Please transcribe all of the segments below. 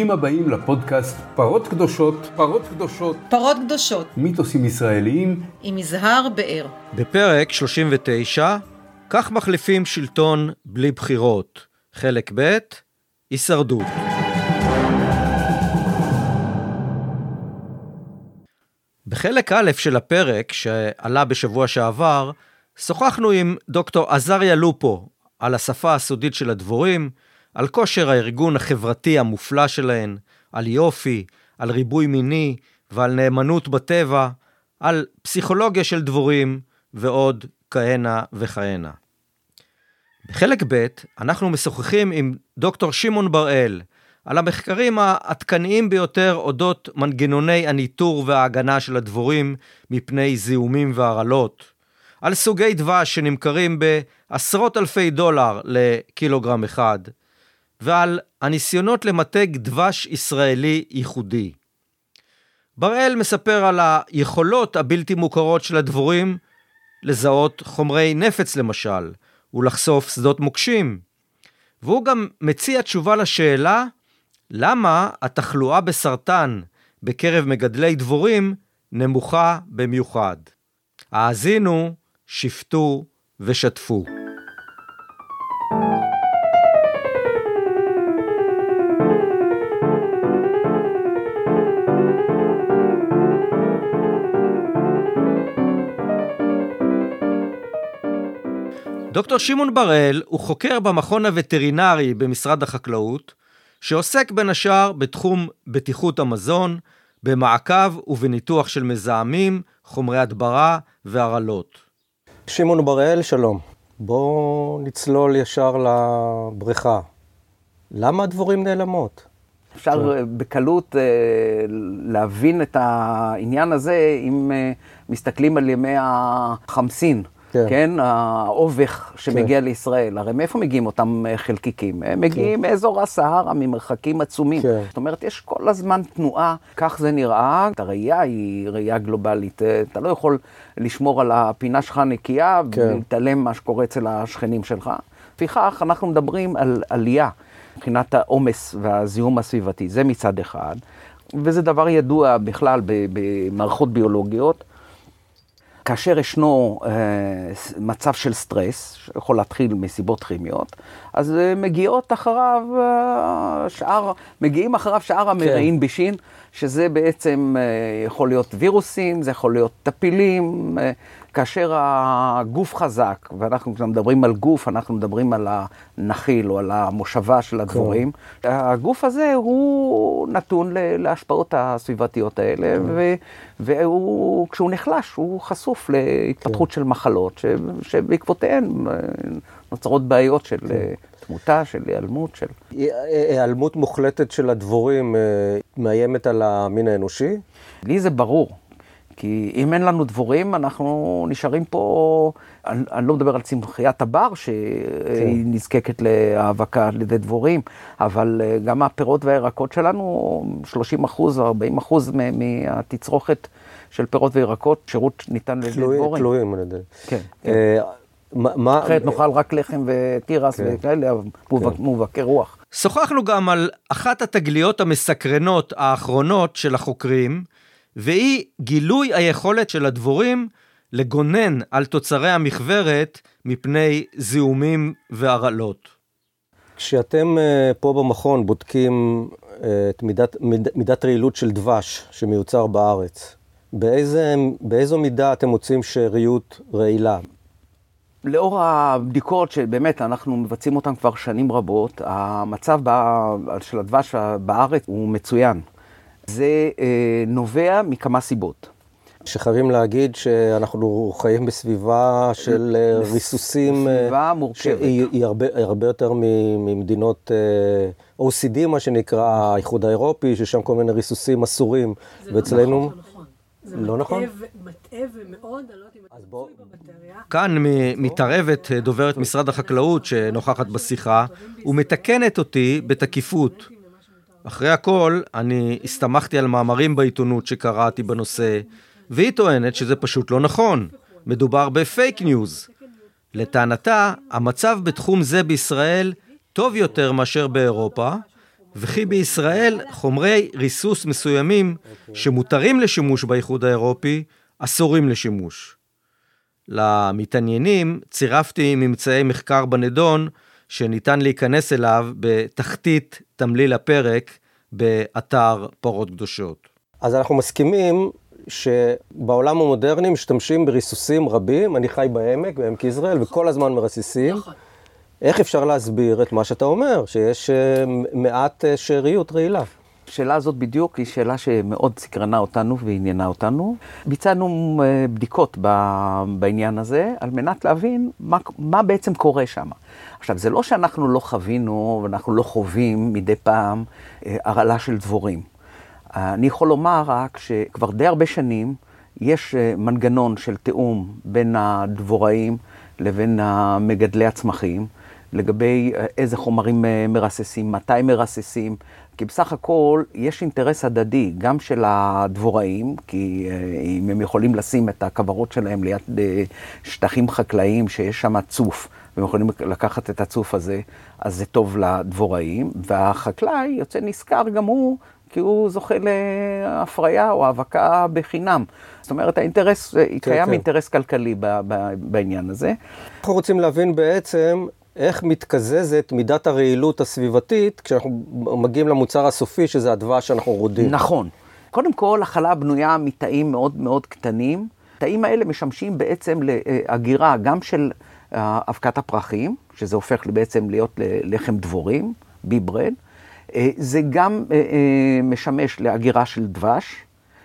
ברוכים הבאים לפודקאסט פרות קדושות, פרות קדושות, פרות קדושות, מיתוסים ישראליים עם יזהר באר. בפרק 39, כך מחליפים שלטון בלי בחירות. חלק ב', הישרדות. בחלק א' של הפרק שעלה בשבוע שעבר, שוחחנו עם דוקטור עזריה לופו על השפה הסודית של הדבורים, על כושר הארגון החברתי המופלא שלהן, על יופי, על ריבוי מיני ועל נאמנות בטבע, על פסיכולוגיה של דבורים ועוד כהנה וכהנה. בחלק ב' אנחנו משוחחים עם דוקטור שמעון בראל, על המחקרים העדכניים ביותר אודות מנגנוני הניטור וההגנה של הדבורים מפני זיהומים והרעלות, על סוגי דבש שנמכרים בעשרות אלפי דולר לקילוגרם אחד, ועל הניסיונות למתג דבש ישראלי ייחודי. בראל מספר על היכולות הבלתי מוכרות של הדבורים לזהות חומרי נפץ למשל, ולחשוף שדות מוקשים. והוא גם מציע תשובה לשאלה, למה התחלואה בסרטן בקרב מגדלי דבורים נמוכה במיוחד. האזינו, שפטו ושתפו. דוקטור שמעון בראל הוא חוקר במכון הווטרינרי במשרד החקלאות, שעוסק בין השאר בתחום בטיחות המזון, במעקב ובניתוח של מזהמים, חומרי הדברה והרעלות. שמעון בראל, שלום. בואו נצלול ישר לבריכה. למה הדבורים נעלמות? אפשר בקלות להבין את העניין הזה אם מסתכלים על ימי החמסין. כן, האובך שמגיע לישראל. הרי מאיפה מגיעים אותם חלקיקים? הם מגיעים מאזור הסהרה, ממרחקים עצומים. זאת אומרת, יש כל הזמן תנועה, כך זה נראה. הראייה היא ראייה גלובלית. אתה לא יכול לשמור על הפינה שלך נקייה ולהתעלם מה שקורה אצל השכנים שלך. לפיכך, אנחנו מדברים על עלייה מבחינת העומס והזיהום הסביבתי. זה מצד אחד. וזה דבר ידוע בכלל במערכות ביולוגיות. כאשר ישנו מצב של סטרס, שיכול להתחיל מסיבות כימיות, אז מגיעים אחריו שאר המרעין בישין, שזה בעצם יכול להיות וירוסים, זה יכול להיות טפילים, כאשר הגוף חזק, ואנחנו מדברים על גוף, אנחנו מדברים על הנחיל או על המושבה של הדבורים, הגוף הזה הוא נתון להשפעות הסביבתיות האלה, וכשהוא נחלש, הוא חשוף להתפתחות של מחלות, שבעקבותיהן נוצרות בעיות של תמותה, של היעלמות. היעלמות מוחלטת של הדבורים מאיימת על המין האנושי? לי זה ברור. כי אם אין לנו דבורים, אנחנו נשארים פה, אני לא מדבר על צמחיית הבר, שהיא נזקקת להאבקה על ידי דבורים, אבל גם הפירות והירקות שלנו, 30% או 40% מהתצרוכת של פירות וירקות, שירות ניתן לידי דבורים. תלויים, אני יודע. כן. אחרת נאכל רק לחם וטירס וכאלה, מובקי רוח. שוחחנו גם על אחת התגליות המסקרנות האחרונות של החוקרים, והיא גילוי היכולת של הדבורים לגונן על תוצרי המחברת מפני זיהומים והרעלות. כשאתם פה במכון בודקים את מידת רעילות של דבש שמיוצר בארץ, באיזו מידה אתם מוצאים שאריות רעילה? לאור הבדיקות שבאמת אנחנו מבצעים אותן כבר שנים רבות, המצב של הדבש בארץ הוא מצוין. זה נובע מכמה סיבות. שחייבים להגיד שאנחנו חיים בסביבה של ריסוסים, סביבה מורכבת. שהיא הרבה יותר ממדינות OECD, מה שנקרא האיחוד האירופי, ששם כל מיני ריסוסים אסורים. ואצלנו... זה לא נכון? מטעה ומאוד, אני לא יודעת אם אתה מצוי במטריה. כאן מתערבת דוברת משרד החקלאות שנוכחת בשיחה, ומתקנת אותי בתקיפות. אחרי הכל, אני הסתמכתי על מאמרים בעיתונות שקראתי בנושא, והיא טוענת שזה פשוט לא נכון. מדובר בפייק ניוז. לטענתה, המצב בתחום זה בישראל טוב יותר מאשר באירופה, וכי בישראל חומרי ריסוס מסוימים שמותרים לשימוש באיחוד האירופי, אסורים לשימוש. למתעניינים צירפתי ממצאי מחקר בנדון שניתן להיכנס אליו בתחתית תמליל הפרק באתר פרות קדושות. אז אנחנו מסכימים שבעולם המודרני משתמשים בריסוסים רבים, אני חי בעמק יזרעאל, וכל הזמן מרסיסים. איך אפשר להסביר את מה שאתה אומר, שיש מעט שאריות רעילה? השאלה הזאת בדיוק היא שאלה שמאוד סקרנה אותנו ועניינה אותנו. ביצענו בדיקות בעניין הזה, על מנת להבין מה בעצם קורה שם. עכשיו, זה לא שאנחנו לא חווינו ואנחנו לא חווים מדי פעם הרעלה של דבורים. אני יכול לומר רק שכבר די הרבה שנים יש מנגנון של תיאום בין הדבוראים לבין מגדלי הצמחים, לגבי איזה חומרים מרססים, מתי מרססים, כי בסך הכל יש אינטרס הדדי, גם של הדבוראים, כי אם הם יכולים לשים את הכוורות שלהם ליד שטחים חקלאיים שיש שם צוף, והם יכולים לקחת את הצוף הזה, אז זה טוב לדבוראים, והחקלאי יוצא נזכר גם הוא, כי הוא זוכה להפריה או האבקה בחינם. זאת אומרת, האינטרס, קיים אינטרס כלכלי בעניין הזה. אנחנו רוצים להבין בעצם איך מתקזזת מידת הרעילות הסביבתית כשאנחנו מגיעים למוצר הסופי, שזה הדבש שאנחנו רודים. נכון. קודם כל, החלה בנויה מתאים מאוד מאוד קטנים. התאים האלה משמשים בעצם להגירה גם של אבקת הפרחים, שזה הופך בעצם להיות לחם דבורים, ביברד. זה גם משמש להגירה של דבש,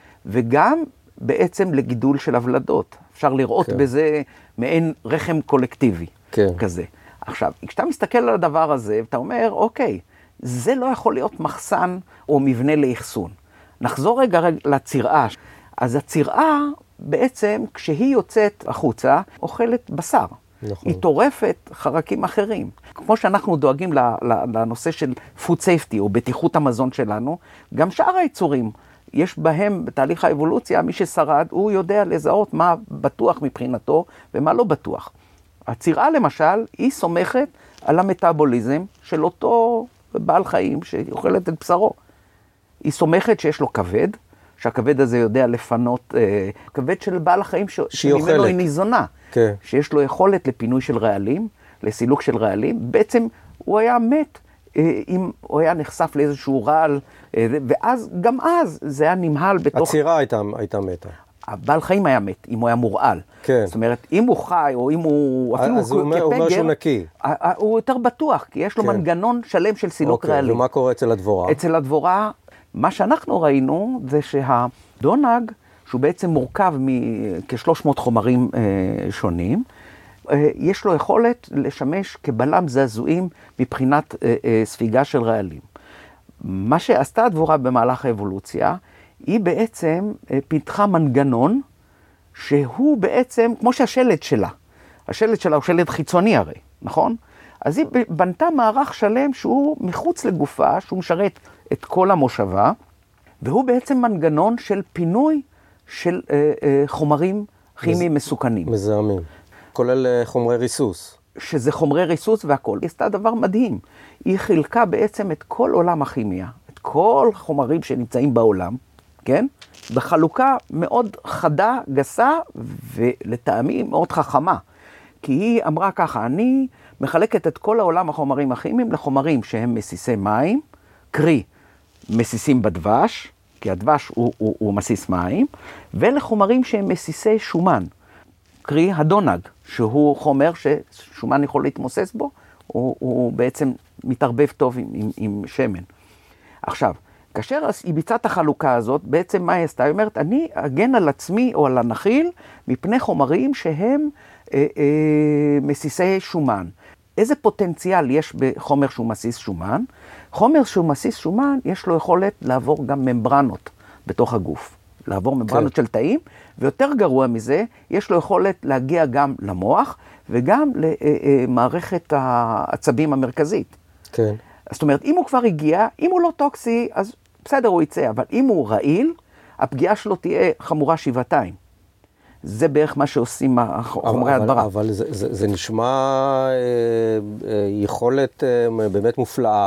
וגם בעצם לגידול של הוולדות. אפשר לראות בזה מעין רחם קולקטיבי כזה. עכשיו, כשאתה מסתכל על הדבר הזה, אתה אומר, אוקיי, זה לא יכול להיות מחסן או מבנה לאחסון. נחזור רגע לצירעה. אז הצירעה בעצם, כשהיא יוצאת החוצה, אוכלת בשר. נכון. היא טורפת חרקים אחרים. כמו שאנחנו דואגים לנושא של food safety או בטיחות המזון שלנו, גם שאר היצורים, יש בהם בתהליך האבולוציה, מי ששרד, הוא יודע לזהות מה בטוח מבחינתו ומה לא בטוח. הצירעה למשל, היא סומכת על המטאבוליזם של אותו בעל חיים שאוכלת את בשרו. היא סומכת שיש לו כבד, שהכבד הזה יודע לפנות, כבד של בעל החיים שממנו היא ניזונה, שיש לו יכולת לפינוי של רעלים, לסילוק של רעלים. בעצם הוא היה מת אם הוא היה נחשף לאיזשהו רעל, ואז, גם אז זה היה נמהל בתוך... הצירה הייתה מתה. הבעל חיים היה מת, אם הוא היה מורעל. כן. זאת אומרת, אם הוא חי, או אם הוא אפילו אז הוא אומר שהוא נקי. הוא יותר בטוח, כי יש לו מנגנון שלם של סילוק רעלים. ומה קורה אצל הדבורה? אצל הדבורה, מה שאנחנו ראינו זה שהדונג, שהוא בעצם מורכב מכ-300 חומרים שונים, יש לו יכולת לשמש כבלם זעזועים מבחינת ספיגה של רעלים. מה שעשתה הדבורה במהלך האבולוציה, היא בעצם פיתחה מנגנון שהוא בעצם, כמו שהשלד שלה, השלד שלה הוא שלד חיצוני הרי, נכון? אז היא בנתה מערך שלם שהוא מחוץ לגופה, שהוא משרת את כל המושבה, והוא בעצם מנגנון של פינוי של חומרים כימיים מסוכנים. מזהמים, כולל חומרי ריסוס. שזה חומרי ריסוס והכל. היא עשתה דבר מדהים. היא חילקה בעצם את כל עולם הכימיה, את כל חומרים שנמצאים בעולם, כן? בחלוקה מאוד חדה, גסה, ולטעמי מאוד חכמה. כי היא אמרה ככה, אני מחלקת את כל העולם החומרים הכימיים לחומרים שהם מסיסי מים, קרי, מסיסים בדבש, כי הדבש הוא מסיס מים, ולחומרים שהם מסיסי שומן, קרי הדונג, שהוא חומר ששומן יכול להתמוסס בו, הוא בעצם מתערבב טוב עם שמן. עכשיו, כאשר היא ביצעה את החלוקה הזאת, בעצם מה היא עשתה? היא אומרת, אני אגן על עצמי או על הנחיל מפני חומרים שהם מסיסי שומן. איזה פוטנציאל יש בחומר שהוא מסיס שומן? חומר שהוא מסיס שומן, יש לו יכולת לעבור גם ממברנות בתוך הגוף. לעבור ממברנות של תאים, ויותר גרוע מזה, יש לו יכולת להגיע גם למוח, וגם למערכת העצבים המרכזית. כן. זאת אומרת, אם הוא כבר הגיע, אם הוא לא טוקסי, אז בסדר, הוא יצא, אבל אם הוא רעיל, הפגיעה שלו תהיה חמורה שבעתיים. זה בערך מה שעושים חומרי הדברה. אבל זה נשמע יכולת באמת מופלאה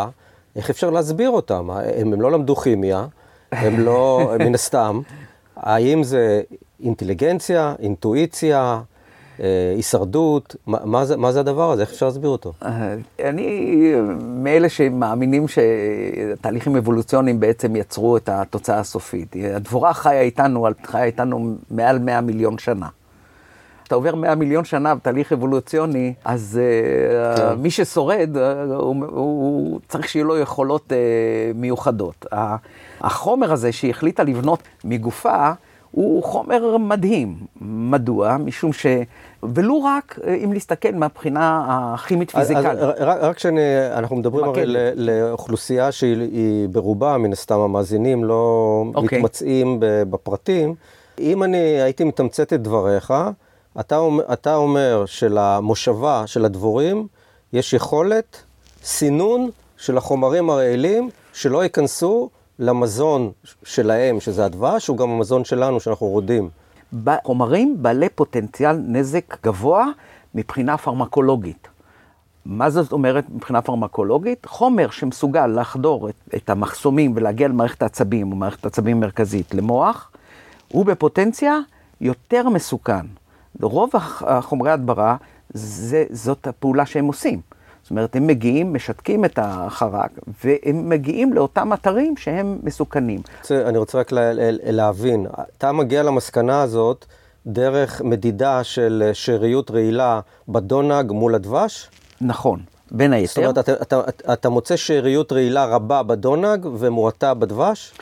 איך אפשר להסביר אותם? הם לא למדו כימיה, הם לא, מן הסתם. האם זה אינטליגנציה, אינטואיציה, הישרדות? מה זה הדבר הזה? איך אפשר להסביר אותו? אני מאלה שמאמינים שתהליכים אבולוציוניים בעצם יצרו את התוצאה הסופית. הדבורה חיה איתנו מעל 100 מיליון שנה. אתה עובר 100 מיליון שנה בתהליך אבולוציוני, אז מי ששורד, הוא צריך שיהיו לו יכולות מיוחדות. החומר הזה שהיא החליטה לבנות מגופה, הוא חומר מדהים. מדוע? משום ולו רק אם להסתכל מהבחינה הכימית פיזיקלית. רק שאנחנו מדברים הרי לאוכלוסייה שהיא ברובה, מן הסתם המאזינים לא מתמצאים בפרטים. אם אני הייתי מתמצת את דבריך, אתה אומר שלמושבה של הדבורים יש יכולת סינון של החומרים הרעילים שלא ייכנסו למזון שלהם, שזה הדבש, הוא גם המזון שלנו שאנחנו רודים. חומרים בעלי פוטנציאל נזק גבוה מבחינה פרמקולוגית. מה זאת אומרת מבחינה פרמקולוגית? חומר שמסוגל לחדור את המחסומים ולהגיע למערכת העצבים, או מערכת העצבים מרכזית למוח, הוא בפוטנציה יותר מסוכן. רוב החומרי הדברה, זאת הפעולה שהם עושים. זאת אומרת, הם מגיעים, משתקים את החרק, והם מגיעים לאותם אתרים שהם מסוכנים. אני רוצה רק להבין, אתה מגיע למסקנה הזאת דרך מדידה של שאריות רעילה בדונג מול הדבש? נכון, בין היתר. זאת אומרת, אתה מוצא שאריות רעילה רבה בדונג ומועטה בדבש?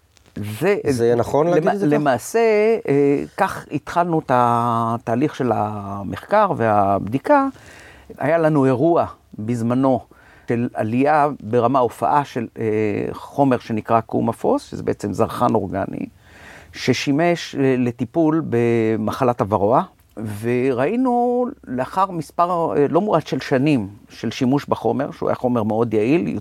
זה יהיה נכון להגיד את זה כך? למעשה, כך התחלנו את התהליך של המחקר והבדיקה. היה לנו אירוע בזמנו של עלייה ברמה הופעה של חומר שנקרא קומפוס, שזה בעצם זרחן אורגני, ששימש לטיפול במחלת הוורוע, וראינו לאחר מספר לא מועט של שנים של שימוש בחומר, שהוא היה חומר מאוד יעיל,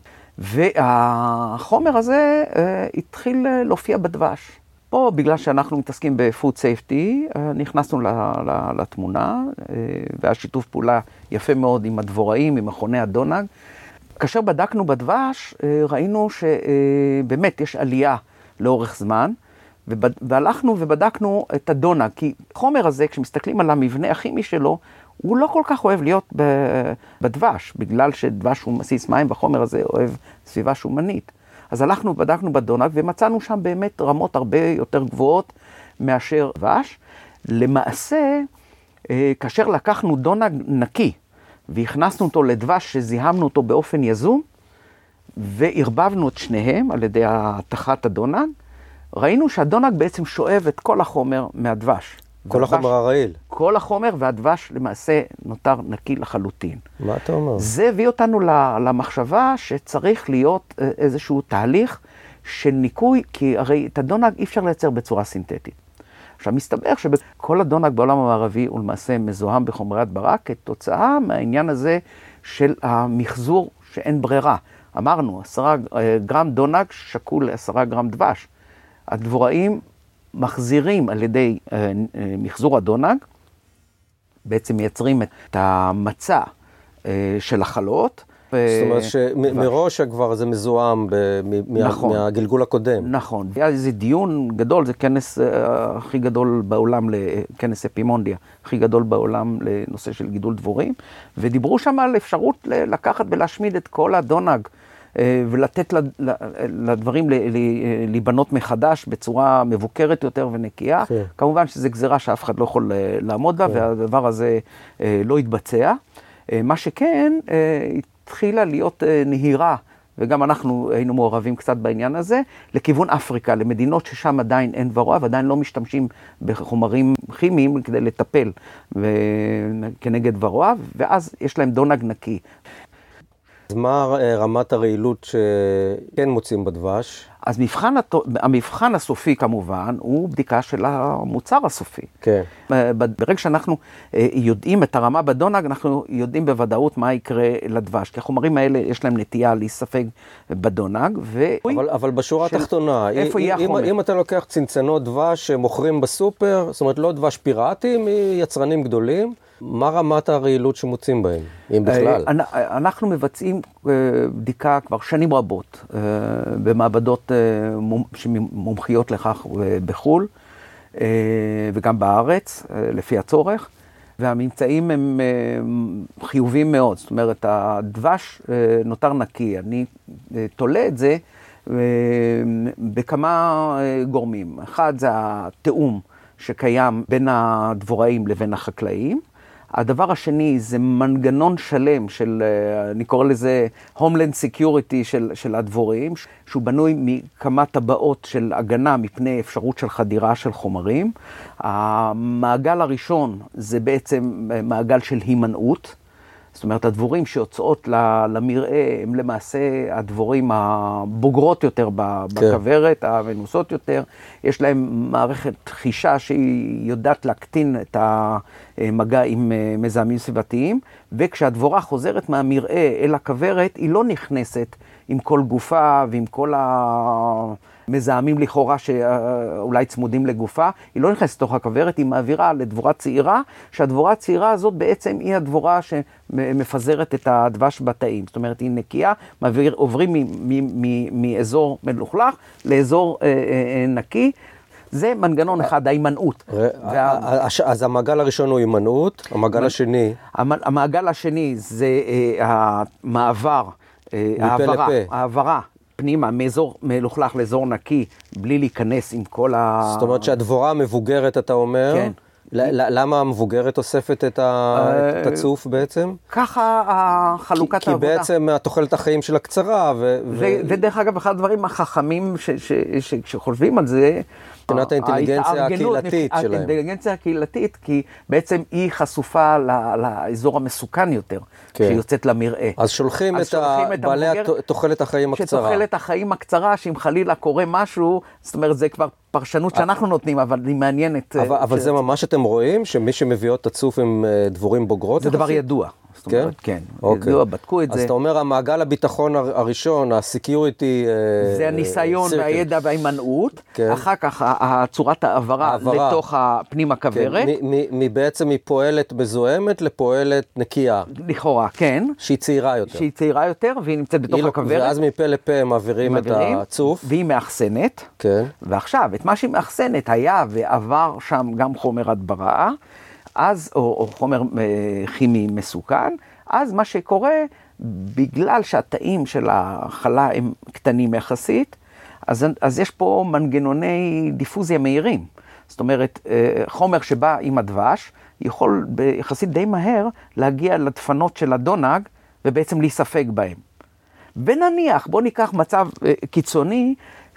והחומר הזה התחיל להופיע בדבש. פה, בגלל שאנחנו מתעסקים ב-food safety, נכנסנו לתמונה, והיה שיתוף פעולה יפה מאוד עם הדבוראים, עם מכוני הדונג. כאשר בדקנו בדבש, ראינו שבאמת יש עלייה לאורך זמן, והלכנו ובדקנו את הדונג, כי החומר הזה, כשמסתכלים על המבנה הכימי שלו, הוא לא כל כך אוהב להיות בדבש, בגלל שדבש הוא מסיס מים, והחומר הזה אוהב סביבה שומנית. אז הלכנו ובדקנו בדונג, ומצאנו שם באמת רמות הרבה יותר גבוהות מאשר דבש. למעשה, כאשר לקחנו דונג נקי, והכנסנו אותו לדבש שזיהמנו אותו באופן יזום, והרבבנו את שניהם על ידי התחת הדונג, ראינו שהדונג בעצם שואב את כל החומר מהדבש. כל החומר הרעיל. כל החומר, והדבש למעשה נותר נקי לחלוטין. מה אתה אומר? זה הביא אותנו למחשבה שצריך להיות איזשהו תהליך של ניקוי, כי הרי את הדונג אי אפשר לייצר בצורה סינתטית. עכשיו, מסתבר שבכל הדונג בעולם המערבי הוא למעשה מזוהם בחומרי הדברה, כתוצאה מהעניין הזה של המחזור שאין ברירה. אמרנו, 10 גרם דונג שקול ל10 גרם דבש. הדבוראים מחזירים על ידי מחזור הדונג, בעצם מייצרים את המצע של החלות. זאת אומרת שמראש כבר זה מזוהם מהגלגול הקודם. נכון. היה איזה דיון גדול, זה כנס הכי גדול בעולם, כנס אפימונדיה, הכי גדול בעולם לנושא של גידול דבורים, ודיברו שם על אפשרות לקחת ולהשמיד את כל הדונג, ולתת לדברים להיבנות מחדש בצורה מבוקרת יותר ונקייה. כמובן שזו גזירה שאף אחד לא יכול לעמוד בה, והדבר הזה לא יתבצע. מה שכן, התחילה להיות נהירה, וגם אנחנו היינו מעורבים קצת בעניין הזה, לכיוון אפריקה, למדינות ששם עדיין אין ורוע, ועדיין לא משתמשים בחומרים כימיים כדי לטפל כנגד ורוע, ואז יש להם דונג נקי. אז מה רמת הרעילות שכן מוצאים בדבש? אז המבחן הסופי כמובן הוא בדיקה של המוצר הסופי. כן. ברגע שאנחנו יודעים את הרמה בדונג, אנחנו יודעים בוודאות מה יקרה לדבש. כי החומרים האלה יש להם נטייה להיספג בדונג. אבל בשורה התחתונה, אם אתה לוקח צנצנות דבש שמוכרים בסופר, זאת אומרת לא דבש פיראטי מיצרנים גדולים, מה רמת הרעילות שמוצאים בהם, אם בכלל? אנחנו מבצעים בדיקה כבר שנים רבות במעבדות שמומחיות לכך בחו"ל וגם בארץ, לפי הצורך, והממצאים הם חיוביים מאוד. זאת אומרת, הדבש נותר נקי. אני תולה את זה בכמה גורמים. אחד זה התאום שקיים בין הדבוראים לבין החקלאים. הדבר השני זה מנגנון שלם של, אני קורא לזה Homeland Security של הדבוראים, שהוא בנוי מכמה טבעות של הגנה מפני אפשרות של חדירה של חומרים. המעגל הראשון זה בעצם מעגל של הימנעות. זאת אומרת, הדבורים שיוצאות למרעה הם למעשה הדבורים הבוגרות יותר בכוורת, המנוסות יותר. יש להם מערכת חישה שהיא יודעת להקטין את המגע עם מזהמים סביבתיים, וכשהדבורה חוזרת מהמרעה אל הכוורת, היא לא נכנסת עם כל גופה ועם כל מזהמים לכאורה שאולי צמודים לגופה, היא לא נכנסת לתוך הכוורת, היא מעבירה לדבורה צעירה, שהדבורה הצעירה הזאת בעצם היא הדבורה שמפזרת את הדבש בתאים. זאת אומרת, היא נקייה, עוברים מאזור מלוכלך לאזור נקי. זה מנגנון אחד, ההימנעות. אז המעגל הראשון הוא הימנעות, המעגל השני? המעגל השני זה המעבר, העברה. פנימה, מאזור מלוכלך לאזור נקי, בלי להיכנס עם כל זאת אומרת שהדבורה המבוגרת, אתה אומר? כן. למה המבוגרת אוספת את הצוף בעצם? ככה חלוקת העבודה. כי בעצם תוחלת החיים שלה קצרה. ודרך אגב, אחד הדברים החכמים שחושבים על זה, מבחינת האינטליגנציה הקהילתית שלהם. האינטליגנציה הקהילתית, כי בעצם היא חשופה לאזור המסוכן יותר, שיוצאת למרעה. אז שולחים את בעלי תוחלת החיים הקצרה. שתוחלת החיים הקצרה, שאם חלילה קורה משהו, זאת אומרת, זה כבר פרשנות שאנחנו נותנים, אבל היא מעניינת. אבל זה ממש אתם רואים, שמי שמביאות את הצוף הם דבורים בוגרות? זה דבר ידוע. זאת אומרת, כן, ידוע, בדקו את זה. אז אתה אומר, המעגל הביטחון הראשון, הסקיוריטי... זה הניסיון והידע וההימנעות, אחר כך צורת העברה לתוך הפנים הכוורת. בעצם היא פועלת מזוהמת לפועלת נקייה. לכאורה, כן. שהיא צעירה יותר. שהיא צעירה יותר, והיא נמצאת בתוך הכוורת. ואז מפה לפה מעבירים את הצוף. והיא מאחסנת. כן. ועכשיו, את מה שהיא מאחסנת היה ועבר שם גם חומר הדברה, או חומר כימי מסוכן, אז מה שקורה, בגלל שהתאים של החלה הם קטנים יחסית, אז יש פה מנגנוני דיפוזיה מהירים. זאת אומרת, חומר שבא עם הדבש, יכול יחסית די מהר להגיע לדפנות של הדונג, ובעצם להיספג בהם. ונניח, בוא ניקח מצב קיצוני,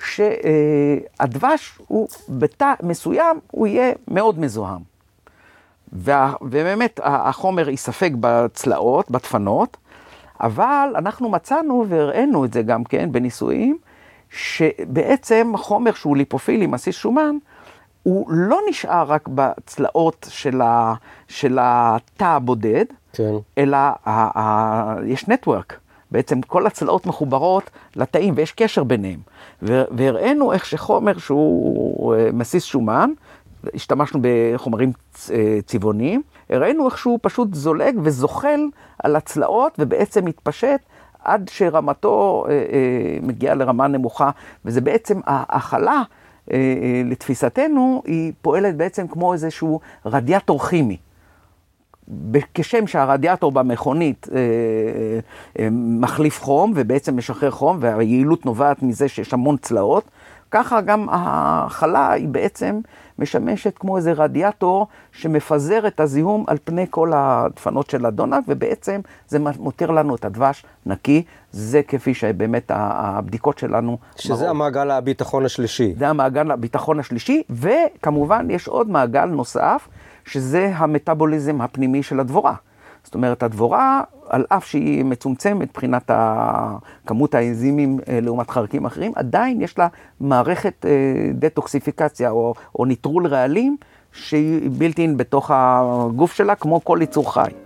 שהדבש הוא בתא מסוים, הוא יהיה מאוד מזוהם. ובאמת החומר ייספג בצלעות, בדפנות, אבל אנחנו מצאנו והראינו את זה גם כן בניסויים, שבעצם חומר שהוא ליפופילי, מסיס שומן, הוא לא נשאר רק בצלעות של התא הבודד, כן. אלא יש נטוורק. בעצם כל הצלעות מחוברות לתאים ויש קשר ביניהם. והראינו איך שחומר שהוא מסיס שומן, השתמשנו בחומרים צבעוניים, הראינו איך שהוא פשוט זולג וזוחל על הצלעות ובעצם מתפשט עד שרמתו מגיעה לרמה נמוכה, וזה בעצם ההחלה לתפיסתנו היא פועלת בעצם כמו איזשהו רדיאטור כימי. כשם שהרדיאטור במכונית מחליף חום ובעצם משחרר חום והיעילות נובעת מזה שיש המון צלעות, ככה גם החלה היא בעצם משמשת כמו איזה רדיאטור שמפזר את הזיהום על פני כל הדפנות של הדונג, ובעצם זה מותיר לנו את הדבש נקי. זה כפי שבאמת הבדיקות שלנו... שזה המעגל הביטחון השלישי. זה המעגל הביטחון השלישי, וכמובן יש עוד מעגל נוסף, שזה המטאבוליזם הפנימי של הדבורה. זאת אומרת, הדבורה, על אף שהיא מצומצמת מבחינת כמות האנזימים לעומת חרקים אחרים, עדיין יש לה מערכת דטוקסיפיקציה או ניטרול רעלים, שהיא בלתי אין בתוך הגוף שלה, כמו כל יצור חי.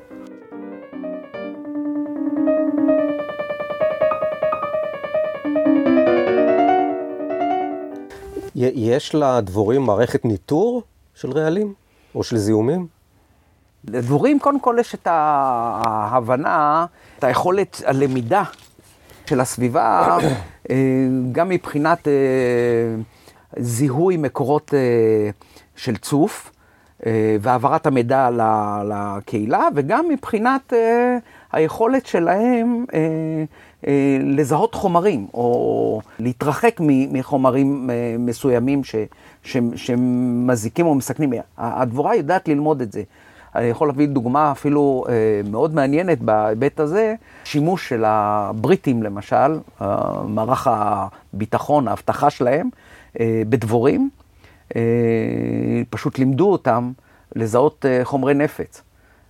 יש לדבורים מערכת ניטור של רעלים או של זיהומים? לדבורים קודם כל יש את ההבנה, את היכולת הלמידה של הסביבה, גם מבחינת זיהוי מקורות של צוף, והעברת המידע לקהילה, וגם מבחינת היכולת שלהם לזהות חומרים, או להתרחק מחומרים מסוימים שמזיקים או מסכנים. הדבורה יודעת ללמוד את זה. אני יכול להביא דוגמה אפילו מאוד מעניינת בהיבט הזה, שימוש של הבריטים למשל, מערך הביטחון, ההבטחה שלהם, בדבורים, פשוט לימדו אותם לזהות חומרי נפץ.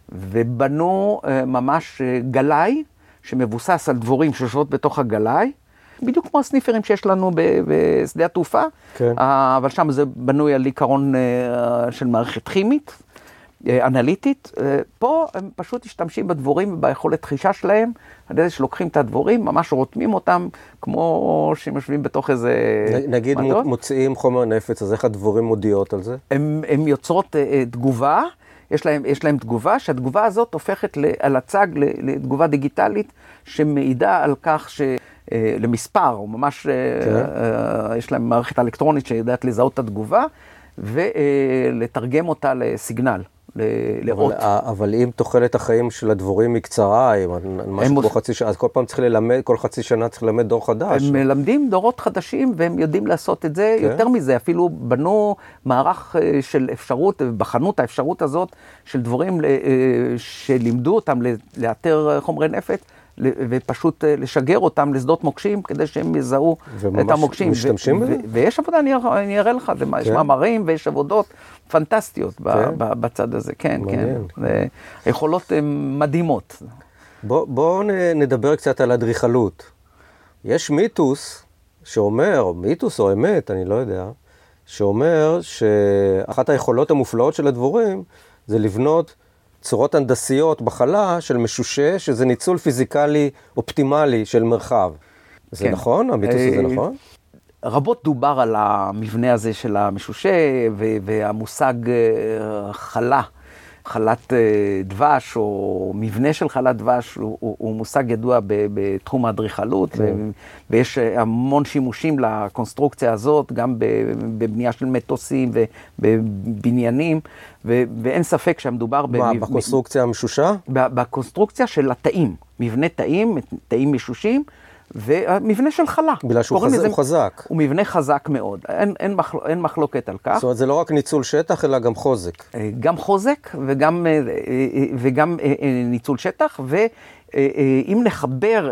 ובנו ממש גלאי שמבוסס על דבורים שיושבות בתוך הגלאי, בדיוק כמו הסניפרים שיש לנו בשדה התעופה, כן. אבל שם זה בנוי על עיקרון של מערכת כימית, אנליטית. פה הם פשוט משתמשים בדבורים וביכולת חישה שלהם, על ידי שלוקחים את הדבורים, ממש רותמים אותם, כמו שהם יושבים בתוך איזה נגיד מטות. מוציאים חומר נפץ, אז איך הדבורים מודיעות על זה? הם יוצרות תגובה, יש להם תגובה, שהתגובה הזאת הופכת על הצג לתגובה דיגיטלית, שמעידה על כך למספר, או ממש יש להם מערכת אלקטרונית שיודעת לזהות את התגובה, ולתרגם אותה לסיגנל, לאות. אבל אם תוחלת החיים של הדבורים היא קצרה, משהו כמו חצי שנה, אז כל פעם צריך ללמד, כל חצי שנה צריך ללמד דור חדש. הם מלמדים דורות חדשים, והם יודעים לעשות את זה. יותר מזה, אפילו בנו מערך של אפשרות, ובחנו את האפשרות הזאת של דבורים שלימדו אותם לאתר חומרי נפץ, ופשוט לשגר אותם לשדות מוקשים, כדי שהם יזהו את המוקשים. משתמשים בזה? ויש עבודה, אני אראה לך, יש מאמרים ויש עבודות פנטסטיות בצד הזה, כן, כן. היכולות הן מדהימות. בואו נדבר קצת על אדריכלות. יש מיתוס שאומר, מיתוס או אמת, אני לא יודע, שאומר שאחת היכולות המופלאות של הדבורים זה לבנות צורות הנדסיות בחלה של משושה, שזה ניצול פיזיקלי אופטימלי של מרחב. זה כן. נכון? המיתוס הזה נכון? רבות דובר על המבנה הזה של המשושה, והמושג חלה, חלת דבש, או מבנה של חלת דבש, הוא מושג ידוע בתחום האדריכלות, כן. ויש המון שימושים לקונסטרוקציה הזאת, גם בבנייה של מטוסים ובבניינים, ואין ספק שהמדובר... בקונסטרוקציה המשושה? בקונסטרוקציה של התאים, מבנה תאים, תאים משושים, ומבנה של חלה. בגלל שהוא חזק. הוא מבנה חזק מאוד, אין מחלוקת על כך. זאת אומרת, זה לא רק ניצול שטח, אלא גם חוזק. גם חוזק וגם ניצול שטח, ואם נחבר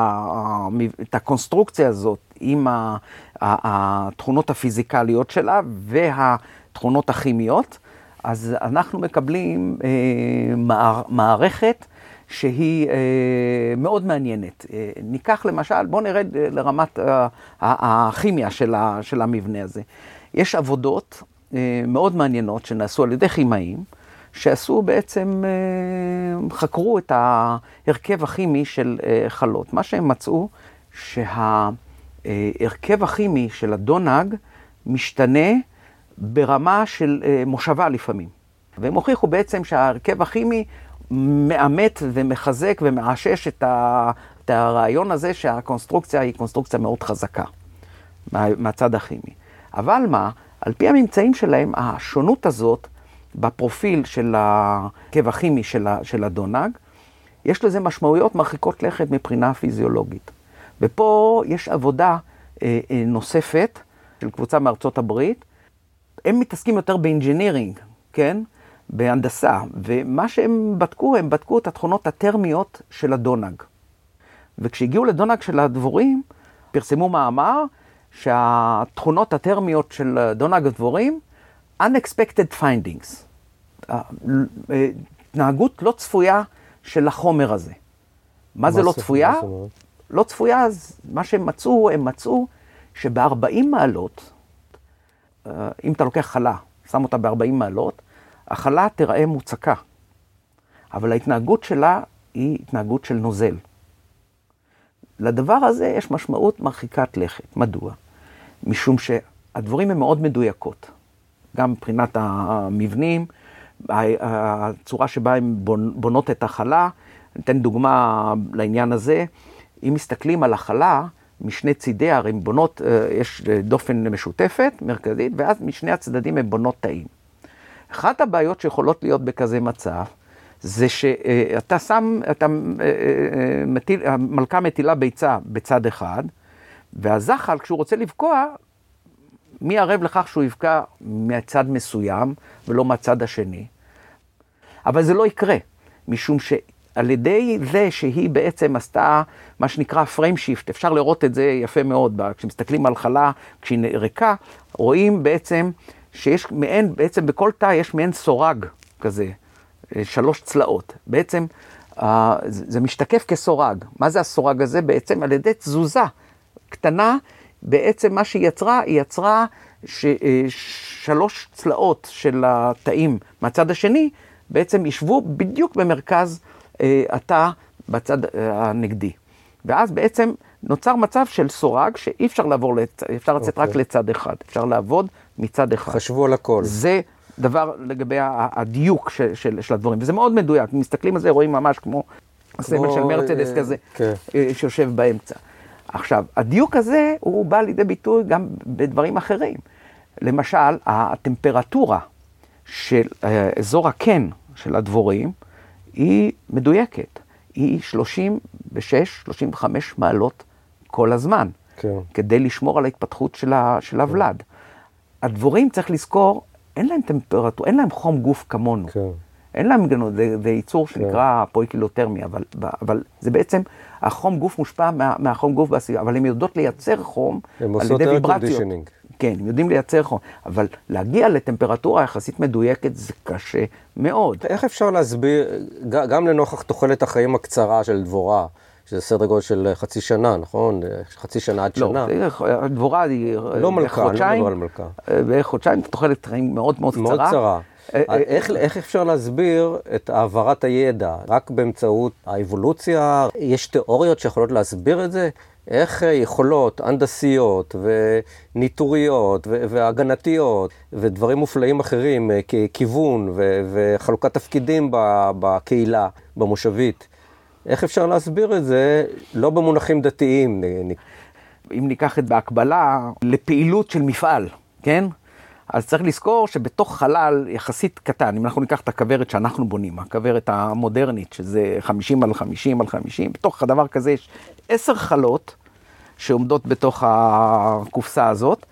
את הקונסטרוקציה הזאת עם התכונות הפיזיקליות שלה והתכונות הכימיות, אז אנחנו מקבלים מערכת שהיא מאוד מעניינת. ניקח למשל, בואו נרד לרמת הכימיה של המבנה הזה. יש עבודות מאוד מעניינות שנעשו על ידי כימאים, שעשו בעצם, חקרו את ההרכב הכימי של חלות. מה שהם מצאו, שההרכב הכימי של הדונג משתנה ברמה של מושבה לפעמים. והם הוכיחו בעצם שההרכב הכימי מאמת ומחזק ומאשש את הרעיון הזה שהקונסטרוקציה היא קונסטרוקציה מאוד חזקה מהצד הכימי. אבל מה? על פי הממצאים שלהם, השונות הזאת בפרופיל של ההרכב הכימי של הדונג, יש לזה משמעויות מרחיקות לכת מבחינה פיזיולוגית. ופה יש עבודה נוספת של קבוצה מארצות הברית, הם מתעסקים יותר באינג'ינירינג, כן? בהנדסה, ומה שהם בדקו, הם בדקו את התכונות הטרמיות של הדונג. וכשהגיעו לדונג של הדבורים, פרסמו מאמר שהתכונות הטרמיות של דונג הדבורים, unexpected findings, התנהגות לא צפויה של החומר הזה. מה זה לא צפויה? לא צפויה, אז מה שהם מצאו, הם מצאו שב-40 מעלות, אם אתה לוקח חלה, שם אותה ב-40 מעלות, החלה תראה מוצקה, אבל ההתנהגות שלה היא התנהגות של נוזל. לדבר הזה יש משמעות מרחיקת לכת. מדוע? משום שהדברים הם מאוד מדויקות, גם מבחינת המבנים הצורה שבה הן בונות את החלה, ניתן דוגמה לעניין הזה, אם מסתכלים על החלה, משני צידי הרי הן בונות, יש דופן משותפת, מרכזית, ואז משני הצדדים הן בונות תאים. אחת הבעיות שיכולות להיות בכזה מצב, זה שאתה המלכה מטילה ביצה בצד אחד, והזחל, כשהוא רוצה לבקוע, מי ערב לכך שהוא יבקע מהצד מסוים, ולא מהצד השני? אבל זה לא יקרה, משום שעל ידי זה שהיא בעצם עשתה מה שנקרא frame shift, אפשר לראות את זה יפה מאוד, כשמסתכלים על חלה, כשהיא ריקה, רואים בעצם שיש מעין, בעצם בכל תא יש מעין סורג כזה, 3 צלעות. בעצם זה משתקף כסורג. מה זה הסורג הזה? בעצם על ידי תזוזה קטנה, בעצם מה שהיא יצרה, היא יצרה 3 צלעות של התאים מהצד השני, בעצם ישבו בדיוק במרכז התא בצד הנגדי. ואז בעצם נוצר מצב של סורג שאי אפשר לעבור, אפשר לצאת רק לצד אחד, אפשר לעבוד מצד אחד. חשבו על הכל. זה דבר לגבי הדיוק של הדברים, וזה מאוד מדויק. אם מסתכלים על זה, רואים ממש כמו הסמל של מרצדס כזה, שיושב באמצע. עכשיו, הדיוק הזה הוא בא לידי ביטוי גם בדברים אחרים. למשל, הטמפרטורה של אזור הקן של הדבורים היא מדויקת. היא 36-35 מעלות כל הזמן, כדי לשמור על ההתפתחות של הוולד. הדבורים, צריך לזכור, אין להם טמפרטורה, אין להם חום גוף כמונו. אין להם גנות, זה ייצור שנקרא פויקילותרמי, אבל זה בעצם, החום גוף מושפע מהחום גוף בסביבה, אבל הם יודעות לייצר חום על ידי ויברציות. כן, הם יודעים לייצר חום, אבל להגיע לטמפרטורה יחסית מדויקת זה קשה מאוד. איך אפשר להסביר, גם לנוכח תוחלת החיים הקצרה של דבורה, שזה סדר גודל של חצי שנה, נכון? חצי שנה עד שנה. לא, דבורה היא לא מלכה, אני לא מדבר על מלכה. בערך חודשיים, תוחלת חיים מאוד מאוד קצרה. מאוד קצרה. איך אפשר להסביר את העברת הידע? רק באמצעות האבולוציה? יש תיאוריות שיכולות להסביר את זה? איך יכולות הנדסיות וניטוריות והגנתיות ודברים מופלאים אחרים, ככיוון וחלוקת תפקידים בקהילה, במושבית, איך אפשר להסביר את זה לא במונחים דתיים? אם ניקח את בהקבלה לפעילות של מפעל, כן? אז צריך לזכור שבתוך חלל יחסית קטן, אם אנחנו ניקח את הכוורת שאנחנו בונים, הכוורת המודרנית, שזה 50 על 50 על 50, בתוך הדבר כזה יש 10 חלות שעומדות בתוך הקופסה הזאת,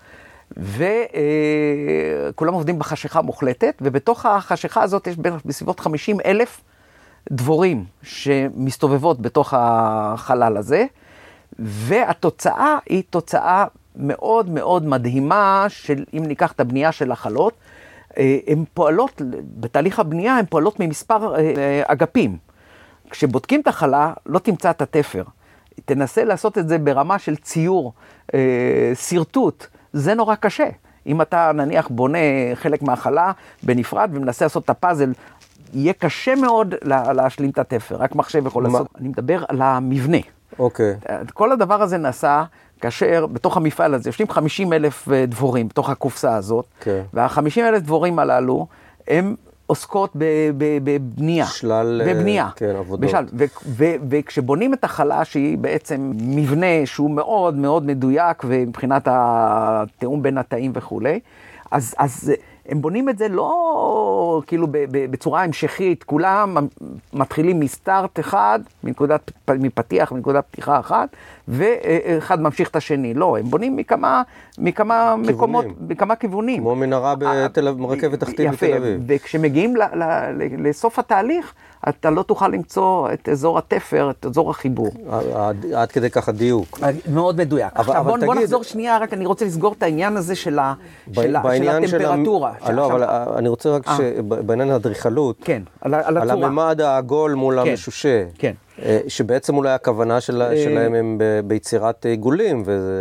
וכולם עובדים בחשיכה מוחלטת, ובתוך החשיכה הזאת יש בסביבות 50,000 דבורים שמסתובבות בתוך החלל הזה, והתוצאה היא תוצאה מאוד מאוד מדהימה של, אם ניקח את הבנייה של החלות, הן פועלות, בתהליך הבנייה הן פועלות ממספר אגפים. כשבודקים את החלה, לא תמצא את התפר. תנסה לעשות את זה ברמה של ציור, סרטוט, זה נורא קשה. אם אתה נניח בונה חלק מהחלה בנפרד ומנסה לעשות את הפאזל, יהיה קשה מאוד להשלים את התפר, רק מחשב יכול לעשות. אני מדבר על המבנה. אוקיי. כל הדבר הזה נעשה כאשר בתוך המפעל הזה יושבים 50,000 דבורים בתוך הקופסה הזאת, וה-50,000 דבורים הללו הם עוסקות בבנייה. בבנייה. כן, עבודות. וכשבונים את החלה שהיא בעצם מבנה שהוא מאוד מאוד מדויק ומבחינת התאום בין התאים וכו', אז הם בונים את זה לא כאילו בצורה המשכית, כולם מתחילים מסטארט אחד, מפתיח, מנקודת פתיחה אחת, ואחד ממשיך את השני. לא, הם בונים מכמה מקומות, מכמה כיוונים. כמו מנהרה ברכבת תחתית בתל אביב. וכשמגיעים לסוף התהליך, אתה לא תוכל למצוא את אזור התפר, את אזור החיבור. עד כדי ככה דיוק. מאוד מדויק. עכשיו בוא נחזור שנייה, רק אני רוצה לסגור את העניין הזה של הטמפרטורה. לא, אבל אני רוצה רק שבעניין האדריכלות, כן, על הממד העגול מול המשושה, שבעצם אולי הכוונה שלהם הם ביצירת עיגולים,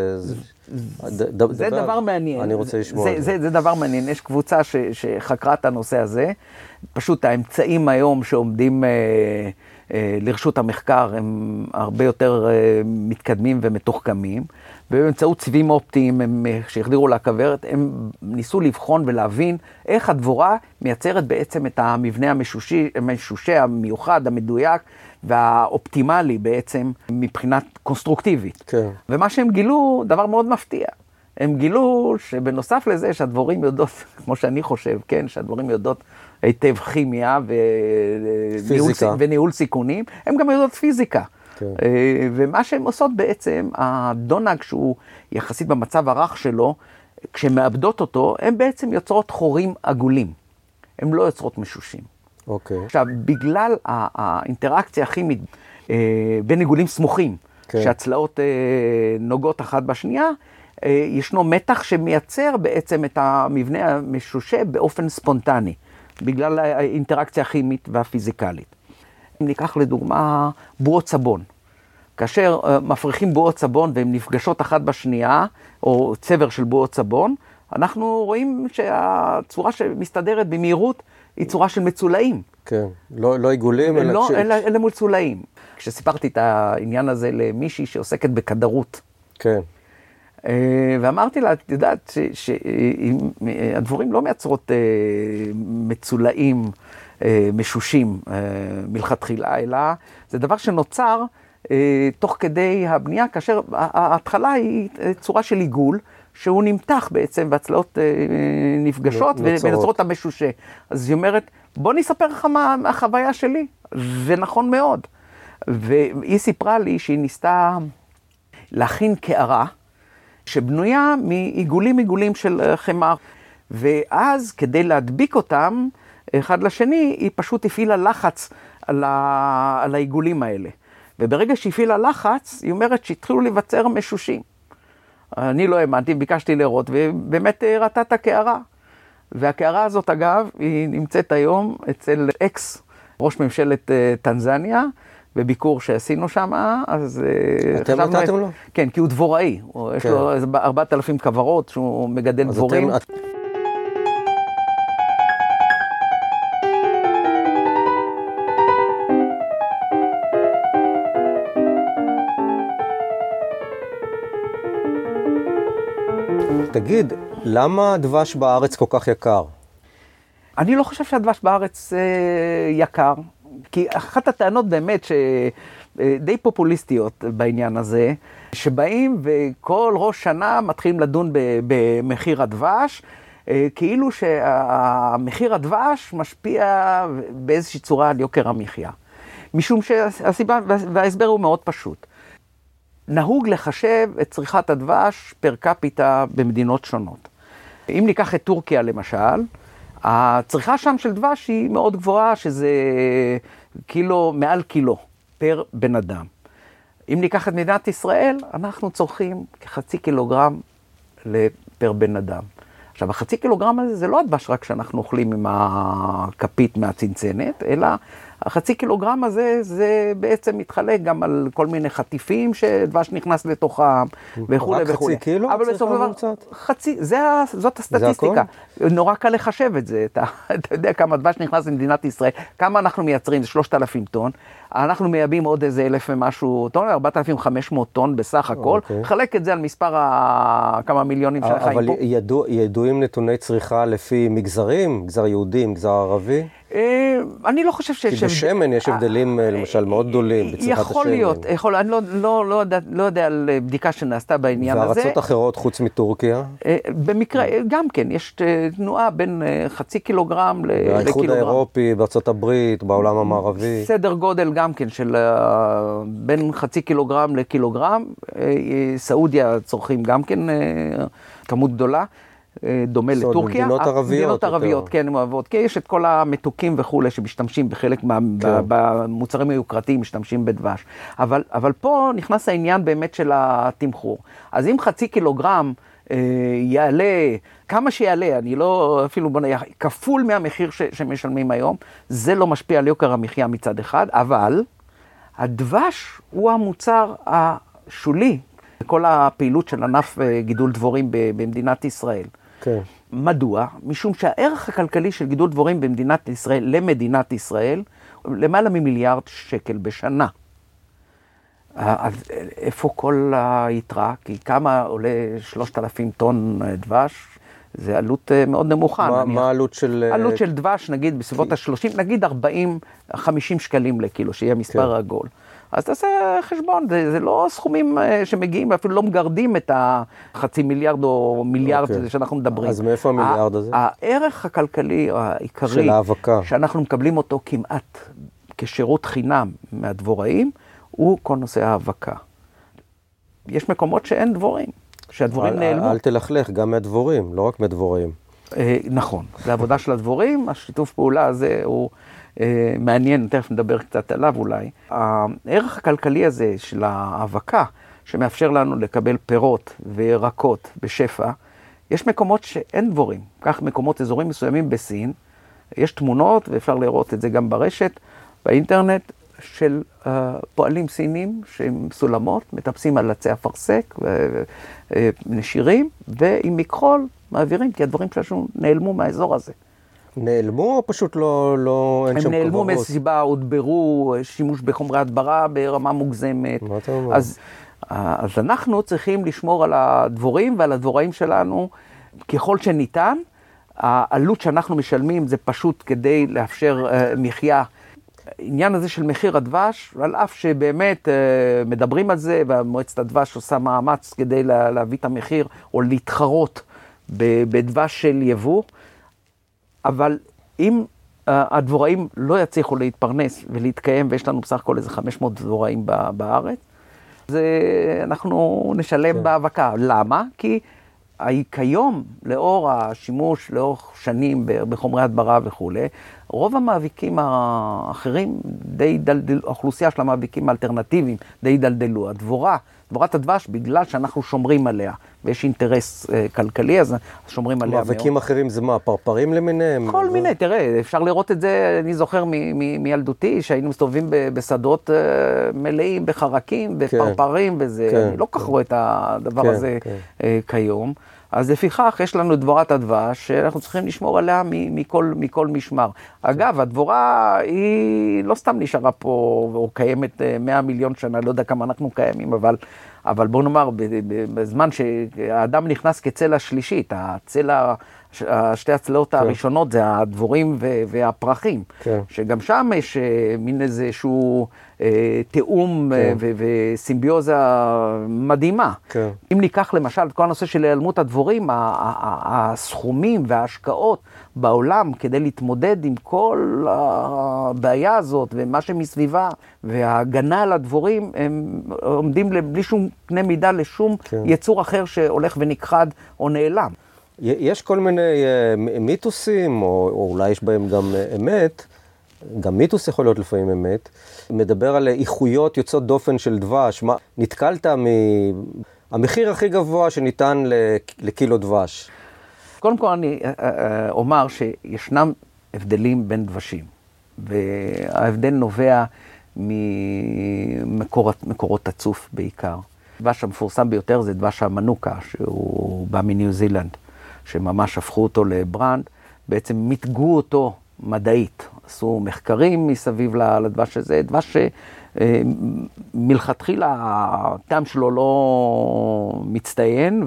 זה דבר מעניין. אני רוצה לשמוע. זה דבר מעניין. יש קבוצה שחקרה את הנושא הזה. פשוט האמצעים היום שעומדים לרשות המחקר הם הרבה יותר מתקדמים ומתוחכמים, ובאמצעות סיבים אופטיים שהחדירו לכוורת, הם ניסו לבחון ולהבין איך הדבורה מייצרת בעצם את המבנה המשושה, המיוחד, המדויק והאופטימלי בעצם מבחינת קונסטרוקטיבית. כן. ומה שהם גילו, דבר מאוד מפתיע. הם גילו שבנוסף לזה שהדבורים יודעות, כמו שאני חושב, כן, שהדבורים יודעות היטב כימיה וניהול סיכונים, הם גם יודעות פיזיקה. כן. ומה שהן עושות בעצם, הדונג שהוא יחסית במצב הרך שלו, כשהן מאבדות אותו, הן בעצם יוצרות חורים עגולים. הן לא יוצרות משושים. אוקיי. עכשיו, בגלל האינטראקציה הכימית בין עיגולים סמוכים, כן. שהצלעות נוגעות אחת בשנייה, ישנו מתח שמייצר בעצם את המבנה המשושה באופן ספונטני, בגלל האינטראקציה הכימית והפיזיקלית. אם ניקח לדוגמה בועות סבון. כאשר מפריחים בועות סבון והן נפגשות אחת בשנייה, או צבר של בועות סבון, אנחנו רואים שהצורה שמסתדרת במהירות היא צורה של מצולעים. כן, לא עיגולים, אלא מצולעים. כשסיפרתי את העניין הזה למישהי שעוסקת בכדרות, כן. ואמרתי לה, את יודעת שהדבורים לא מייצרות מצולעים משושים מלכתחילה, אלא זה דבר שנוצר תוך כדי הבנייה, כאשר ההתחלה היא צורה של עיגול, שהוא נמתח בעצם, והצלעות נפגשות ונוצרות המשושה. אז היא אומרת, בוא נספר לך מה החוויה שלי, ונכון מאוד. והיא סיפרה לי שהיא ניסתה להכין קערה, שבנויה מעיגולים של חמר, ואז כדי להדביק אותם אחד לשני, היא פשוט הפעילה לחץ על העיגולים האלה. וברגע שהפעילה לחץ, היא אומרת שהתחילו להיווצר משושים. אני לא האמנתי, ביקשתי לראות, ובאמת ראתה את הקערה. והקערה הזאת, אגב, היא נמצאת היום אצל אקס ראש ממשלת טנזניה, בביקור שעשינו שם, אז אתם נתתם לו? כן, כי הוא דבוראי. יש לו 4,000 כוורות שהוא מגדל דבורים. תגיד, למה הדבש בארץ כל כך יקר? אני לא חושב שהדבש בארץ יקר, כי אחת הטענות באמת שדי פופוליסטיות בעניין הזה, שבאים וכל ראש שנה מתחילים לדון במחיר הדבש, כאילו שהמחיר הדבש משפיע באיזושהי צורה על יוקר המחיה. משום שהסיבה וההסבר הוא מאוד פשוט. נהוג לחשב את צריכת הדבש פר קפיטה במדינות שונות. אם ניקח את טורקיה למשל, הצריכה שם של דבש היא מאוד גבוהה, שזה מעל קילו פר בן אדם. אם ניקח את מדינת ישראל, אנחנו צורכים כחצי קילוגרם פר בן אדם. עכשיו, החצי קילוגרם הזה זה לא הדבש רק שאנחנו אוכלים עם הכפית מהצנצנת, אלא החצי קילוגרם הזה זה בעצם מתחלק גם על כל מיני חטיפים שדבש נכנס לתוכם וכו' וכו'. רק חצי קילו? אבל בסוף דבר, זאת הסטטיסטיקה. נורא קל לחשב את זה. אתה יודע כמה דבש נכנס למדינת ישראל, כמה אנחנו מייצרים, זה 3,000 טון. אנחנו מייבאים עוד איזה 1,000 ומשהו טון, 4,500 טון בסך הכל. חלק את זה על מספר כמה מיליונים של החיים פה. אבל ידועים נתוני צריכה לפי מגזרים, מגזר יהודי, מגזר ערבי? אני לא חושב שיש... כי בשמן יש הבדלים למשל מאוד גדולים בצריכת השמן. יכול להיות, אני לא יודע על בדיקה שנעשתה בעניין הזה. וארצות אחרות חוץ מטורקיה? במקרה, גם כן, יש תנועה בין חצי קילוגרם לקילוגרם. האיחוד האירופי, בארצות הברית, בעולם המערבי. סדר גודל גם כן של בין חצי קילוגרם לקילוגרם. סעודיה צורכים גם כן כמות גדולה. דומה לטורקיה. מדינות ערביות. כן, הן אוהבות. כי יש את כל המתוקים וכו' שמשתמשים בחלק במוצרים היוקרתיים, משתמשים בדבש. אבל פה נכנס העניין באמת של התמחור. אז אם חצי קילוגרם יעלה, כמה שיעלה, אני לא אפילו כפול מהמחיר שמשלמים היום, זה לא משפיע על יוקר המחיה מצד אחד, אבל הדבש הוא המוצר השולי, כל הפעילות של ענף גידול דבורים במדינת ישראל. כן. מדוע? משום שהערך הכלכלי של גידול דבורים במדינת ישראל, למדינת ישראל, למעלה ממיליארד שקל בשנה. אז איפה כל היתרה? כי כמה עולה 3,000 טון דבש? זה עלות מאוד נמוכה. מה העלות של... עלות של דבש, נגיד, בסביבות ה-30, נגיד 40-50 שקלים לקילו, שיהיה מספר עגול. אז תעשה חשבון, זה לא סכומים שמגיעים, ואפילו לא מגרדים את ה500 מיליארד או מיליארד שאנחנו מדברים. אז מאיפה המיליארד הזה? הערך הכלכלי העיקרי, של ההאבקה, שאנחנו מקבלים אותו כמעט כשירות חינם מהדבוראים, הוא כל נושא ההאבקה. יש מקומות שאין דבורים, שהדבורים נעלמו. אל תלכלך, גם מהדבורים, לא רק מהדבוראים. נכון, זה עבודה של הדבורים, השיתוף פעולה הזה הוא מעניין, תכף נדבר קצת עליו אולי. הערך הכלכלי הזה של ההאבקה, שמאפשר לנו לקבל פירות וירקות בשפע, יש מקומות שאין דבורים. כך מקומות, אזורים מסוימים בסין, יש תמונות, ואפשר לראות את זה גם ברשת, באינטרנט, של פועלים סינים שהם סולמות, מטפסים על עצי אפרסק ונשירים, ועם מכחול מעבירים, כי הדברים שלנו נעלמו מהאזור הזה. נעלמו או פשוט לא אין שם כברות? הם נעלמו מסיבה, הודברו, שימוש בחומרי הדברה ברמה מוגזמת. מה אתה אומר? אז אנחנו צריכים לשמור על הדבורים ועל הדבוראים שלנו ככל שניתן. העלות שאנחנו משלמים זה פשוט כדי לאפשר מחיה. העניין הזה של מחיר הדבש, על אף שבאמת מדברים על זה, ומועצת הדבש עושה מאמץ כדי להביא את המחיר, או להתחרות בדבש של יבוא, אבל אם הדבוראים לא יצליחו להתפרנס ולהתקיים, ויש לנו בסך הכל איזה 500 דבוראים בארץ, אז אנחנו נשלם בהאבקה. למה? כי כיום, לאור השימוש, לאורך שנים בחומרי הדברה וכו', רוב המאביקים האחרים, האוכלוסייה של המאביקים האלטרנטיביים, די דלדלו. דבורת הדבש, בגלל שאנחנו שומרים עליה, ויש אינטרס כלכלי, אז שומרים עליה מאוד. מאבקים אחרים זה מה? פרפרים למיניהם? כל מיני, תראה, אפשר לראות את זה, אני זוכר מילדותי, שהיינו מסתובבים בשדות מלאים, בחרקים, בפרפרים, וזה, אני לא כך רואה את הדבר הזה כיום. אז לפיכך יש לנו דבורת הדבש שאנחנו צריכים לשמור עליה מכל משמר. אגב, הדבורה היא לא סתם נשארה פה או קיימת 100 מיליון שנה, לא יודע כמה אנחנו קיימים, אבל בוא נאמר, בזמן שהאדם נכנס כצלע שלישית, שתי הצלעות הראשונות זה הדבורים והפרחים, שגם שם יש מין איזשהו תאום וסימביוזה מדהימה. אם ניקח למשל את כל הנושא של היעלמות הדבורים, הסכומים וההשקעות בעולם כדי להתמודד עם כל הבעיה הזאת ומה שמסביבה וההגנה על הדבורים, הם עומדים בלי שום קנה מידה לשום יצור אחר שהולך ונכחד או נעלם. יש כל מיני מיתוסים, או אולי יש בהם גם אמת, גם מיתוס יכול להיות לפעמים אמת, מדבר על איכויות יוצאות דופן של דבש. נתקלת המחיר הכי גבוה שניתן לקילו דבש? קודם כל אני אומר שישנם הבדלים בין דבשים, וההבדל נובע ממקורות הצוף בעיקר. דבש המפורסם ביותר זה דבש המנוקה, שהוא בא מניו זילנד, שממש הפכו אותו לברנד, בעצם מתגו אותו מדעית, עשו מחקרים מסביב לדבש הזה, דבש שמלכתחילה הטעם שלו לא מצטיין,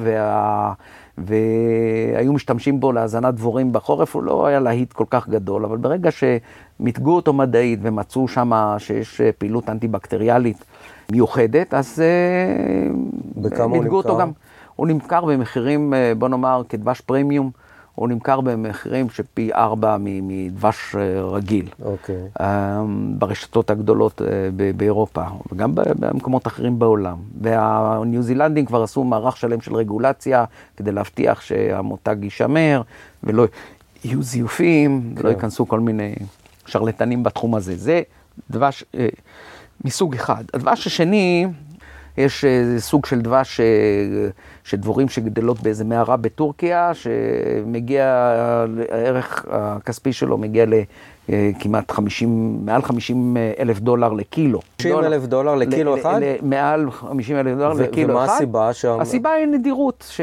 והיו משתמשים בו להזנת דבורים בחורף, הוא לא היה להיט כל כך גדול, אבל ברגע שמתגו אותו מדעית ומצאו שם שיש פעילות אנטי-בקטריאלית מיוחדת, אז מתגו אותו גם. הוא נמכר במחירים, בוא נאמר, כדבש פרימיום, הוא נמכר במחירים שפי 4 מדבש רגיל. ברשתות הגדולות באירופה, וגם במקומות אחרים בעולם. והניו זילנדים כבר עשו מערך שלם של רגולציה, כדי להבטיח שהמותג יישמר, ולא יהיו זיופים, ולא ייכנסו כל מיני שרלטנים בתחום הזה. זה דבש מסוג אחד. הדבש השני, יש סוג של דבש שדבורים שגדלות באיזה מערה בטורקיה, שמגיע, הערך הכספי שלו מגיע לכמעט מעל $50,000 לקילו. $50,000 לקילו אחד? מעל $50,000 לקילו אחד. ומה הסיבה שם? הסיבה היא נדירות,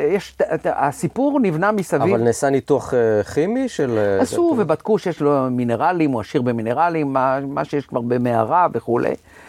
הסיפור נבנה מסביב. אבל נעשה ניתוח כימי של... עשו ובדקו שיש לו מינרלים, הוא עשיר במינרלים, מה שיש כבר במערה וכו'.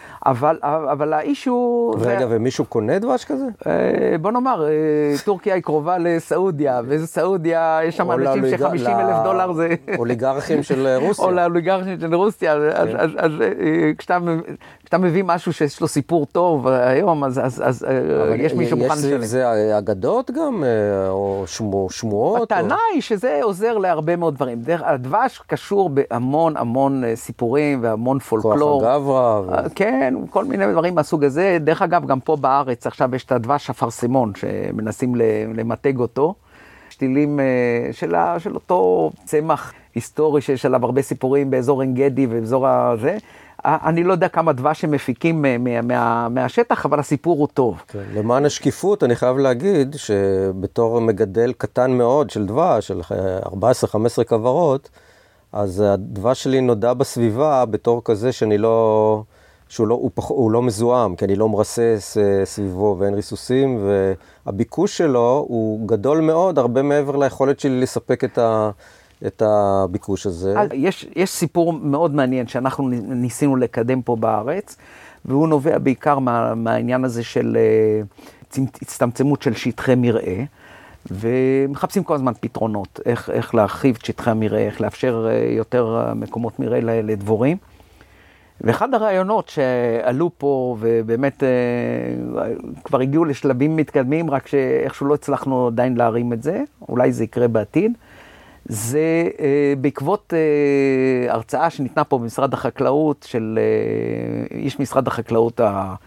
אבל האיש הוא... רגע, ומישהו קונה דבש כזה? בוא נאמר, טורקיה היא קרובה לסעודיה, וסעודיה, יש שם אנשים ש$50,000 זה... אוליגרכים של רוסיה. או לאוליגרכים של רוסיה, אז כשאתה מביא משהו שיש לו סיפור טוב היום, אז יש מישהו מוכן לשלם. יש זה אגדות גם, או שמועות? הטענה היא שזה עוזר להרבה מאוד דברים. הדבש קשור בהמון המון סיפורים והמון פולקלור. כוח הגברא. כן, כל מיני דברים מהסוג הזה. דרך אגב, גם פה בארץ עכשיו יש את הדבש הפרסימון, שמנסים למתג אותו. שתילים של אותו צמח היסטורי שיש עליו הרבה סיפורים באזור עין גדי ובאזור הזה. אני לא יודע כמה דבש הם מפיקים מהשטח, אבל הסיפור הוא טוב. כן, למען השקיפות, אני חייב להגיד שבתור מגדל קטן מאוד של דבש, של 14-15 כוורות, אז הדבש שלי נודע בסביבה בתור כזה שאני לא... הוא לא מזוהם, כי אני לא מרסס סביבו ואין ריסוסים, והביקוש שלו הוא גדול מאוד, הרבה מעבר ליכולת שלי לספק את הביקוש הזה. יש סיפור מאוד מעניין שאנחנו ניסינו לקדם פה בארץ, והוא נובע בעיקר מהעניין הזה של הצטמצמות של שטחי מרעה, ומחפשים כל הזמן פתרונות, איך להרחיב את שטחי המרעה, איך לאפשר יותר מקומות מרעה לדבורים. ואחד הרעיונות שעלו פה, ובאמת כבר הגיעו לשלבים מתקדמים, רק שאיכשהו לא הצלחנו עדיין להרים את זה, אולי זה יקרה בעתיד, זה בעקבות הרצאה שניתנה פה במשרד החקלאות, של איש משרד החקלאות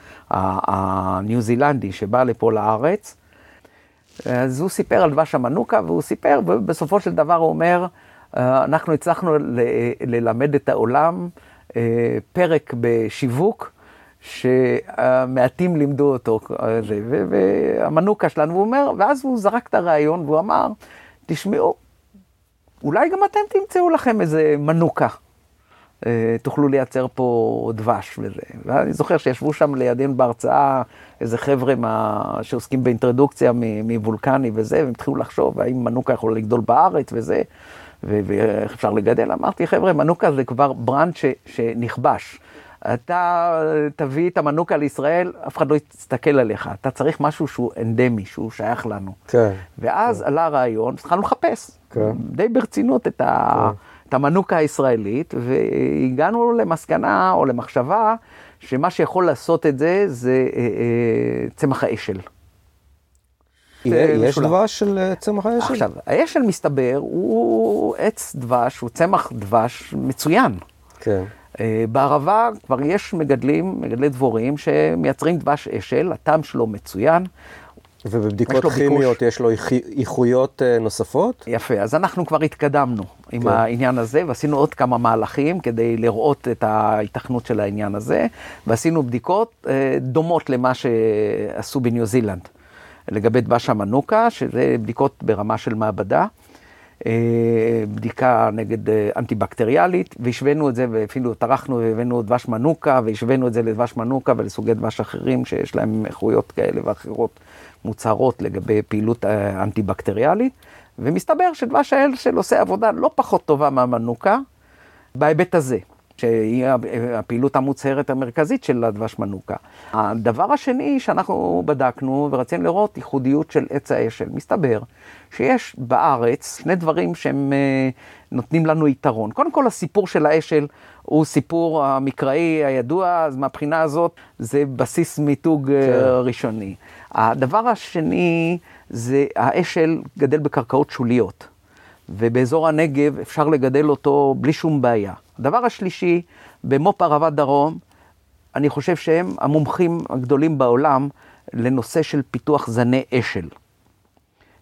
הניו זילנדי, שבא לפה לארץ. אז הוא סיפר על דבש המנוקה, והוא סיפר, ובסופו של דבר הוא אומר, אנחנו הצלחנו ללמד את העולם, פרק בשיווק, שמעטים לימדו אותו, והמנוקה שלנו, הוא אומר, ואז הוא זרק את הרעיון, והוא אמר, תשמעו, אולי גם אתם תמצאו לכם איזה מנוקה, תוכלו לייצר פה דבש וזה. ואני זוכר שישבו שם לידינו בהרצאה, איזה חבר'ה שעוסקים באינטרדוקציה מבולקני וזה, והם התחילו לחשוב, האם מנוקה יכול לגדול בארץ וזה, ואיך אפשר לגדל. אמרתי, חבר'ה, מנוקה זה כבר ברנד שנכבש. אתה תביא את המנוקה לישראל, אף אחד לא יסתכל עליך. אתה צריך משהו שהוא אנדמי, שהוא שייך לנו. כן. ואז עלה הרעיון, התחלנו לחפש. כן. די ברצינות את המנוקה הישראלית, והגענו למסקנה או למחשבה, שמה שיכול לעשות את זה, זה צמח האשל. יש דבש של צמח האשל? עכשיו, האשל מסתבר, הוא עץ דבש, הוא צמח דבש מצוין. כן. בערבה כבר יש מגדלי דבורים שמייצרים דבש אשל, הטעם שלו מצוין. ובבדיקות כימיות יש לו איכויות נוספות? יפה, אז אנחנו כבר התקדמנו עם העניין הזה, ועשינו עוד כמה מהלכים כדי לראות את ההיתכנות של העניין הזה, ועשינו בדיקות דומות למה שעשו בניו זילנד, לגבי דבש המנוקה, שזה בדיקות ברמה של מעבדה, בדיקה נגד אנטי-בקטריאלית, והשווינו את זה, ואפילו טרחנו והבאנו דבש מנוקה, והשווינו את זה לדבש מנוקה ולסוגי דבש אחרים שיש להם איכויות כאלה ואחרות מוצהרות לגבי פעילות אנטי-בקטריאלית, ומסתבר שדבש האשל עושה עבודה לא פחות טובה מהמנוקה בהיבט הזה, שהיא הפעילות המוצהרת המרכזית של הדבש מנוקה. הדבר השני שאנחנו בדקנו ורצינו לראות ייחודיות של עץ האשל. מסתבר שיש בארץ שני דברים שהם נותנים לנו יתרון. קודם כל, הסיפור של האשל הוא סיפור המקראי הידוע, אז מהבחינה הזאת זה בסיס מיתוג ראשוני. הדבר השני זה האשל גדל בקרקעות שוליות, ובאזור הנגב אפשר לגדל אותו בלי שום בעיה. הדבר השלישי, במו"פ ערבה דרום, אני חושב שהם המומחים הגדולים בעולם לנושא של פיתוח זני אשל.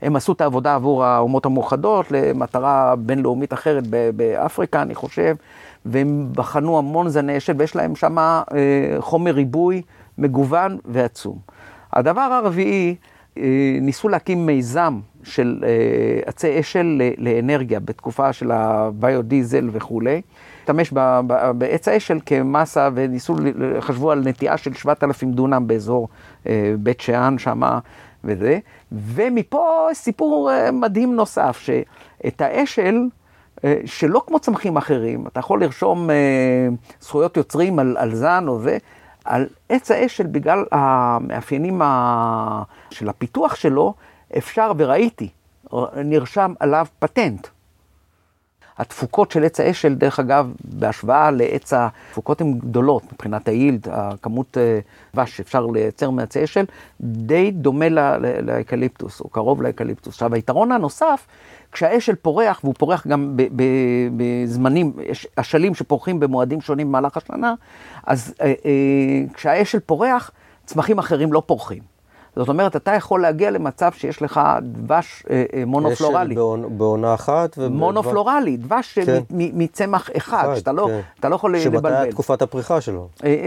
הם עשו את העבודה עבור האומות המאוחדות, למטרה בינלאומית אחרת באפריקה, אני חושב, והם בחנו המון זני אשל, ויש להם שם חומר ריבוי מגוון ועצום. הדבר הרביעי, ניסו להקים מיזם של עצי אשל לאנרגיה, בתקופה של הביודיזל וכולי. השתמש בעץ האשל כמסה, וניסו, חשבו על נטיעה של 7,000 דונם באזור בית שאן שמה וזה. ומפה סיפור מדהים נוסף, שאת האשל, שלא כמו צמחים אחרים, אתה יכול לרשום זכויות יוצרים על זן או זה, על עץ האשל בגלל המאפיינים של הפיתוח שלו, אפשר, וראיתי, נרשם עליו פטנט. התפוקות של עץ האשל, דרך אגב, בהשוואה לעץ התפוקות הן גדולות, מבחינת היילד, הכמות דבש שאפשר לייצר מעצי אשל, די דומה לאקליפטוס, או קרוב לאקליפטוס. עכשיו, היתרון הנוסף, כשהאשל פורח, והוא פורח גם בזמנים, יש אשלים שפורחים במועדים שונים במהלך השנה, אז כשהאשל פורח, צמחים אחרים לא פורחים. זאת אומרת, אתה יכול להגיע למצב שיש לך דבש מונופלורלי. בעונה אחת. מונופלורלי, דבש מצמח אחד, שאתה לא יכול לבלבל. שמתי תקופת הפריחה שלו?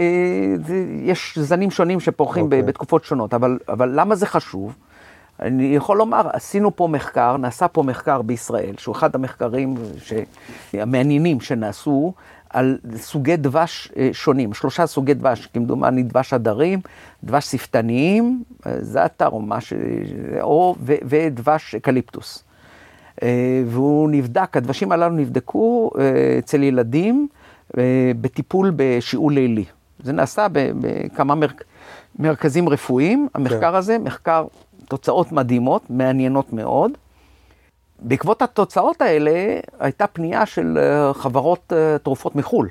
יש זנים שונים שפורחים בתקופות שונות, אבל למה זה חשוב? אני יכול לומר, עשינו פה מחקר, נעשה פה מחקר בישראל, שהוא אחד המחקרים המעניינים שנעשו, על סוגי דבש שונים, 3 סוגי דבש, כמדומני דבש הדרים, דבש ספתניים, זאטר או משהו, ודבש אקליפטוס. והוא נבדק, הדבשים הללו נבדקו אצל ילדים בטיפול בשיעול לילי. זה נעשה בכמה מרכזים רפואיים, המחקר הזה, מחקר תוצאות מדהימות, מעניינות מאוד. בעקבות התוצאות האלה, הייתה פנייה של חברות תרופות מחול,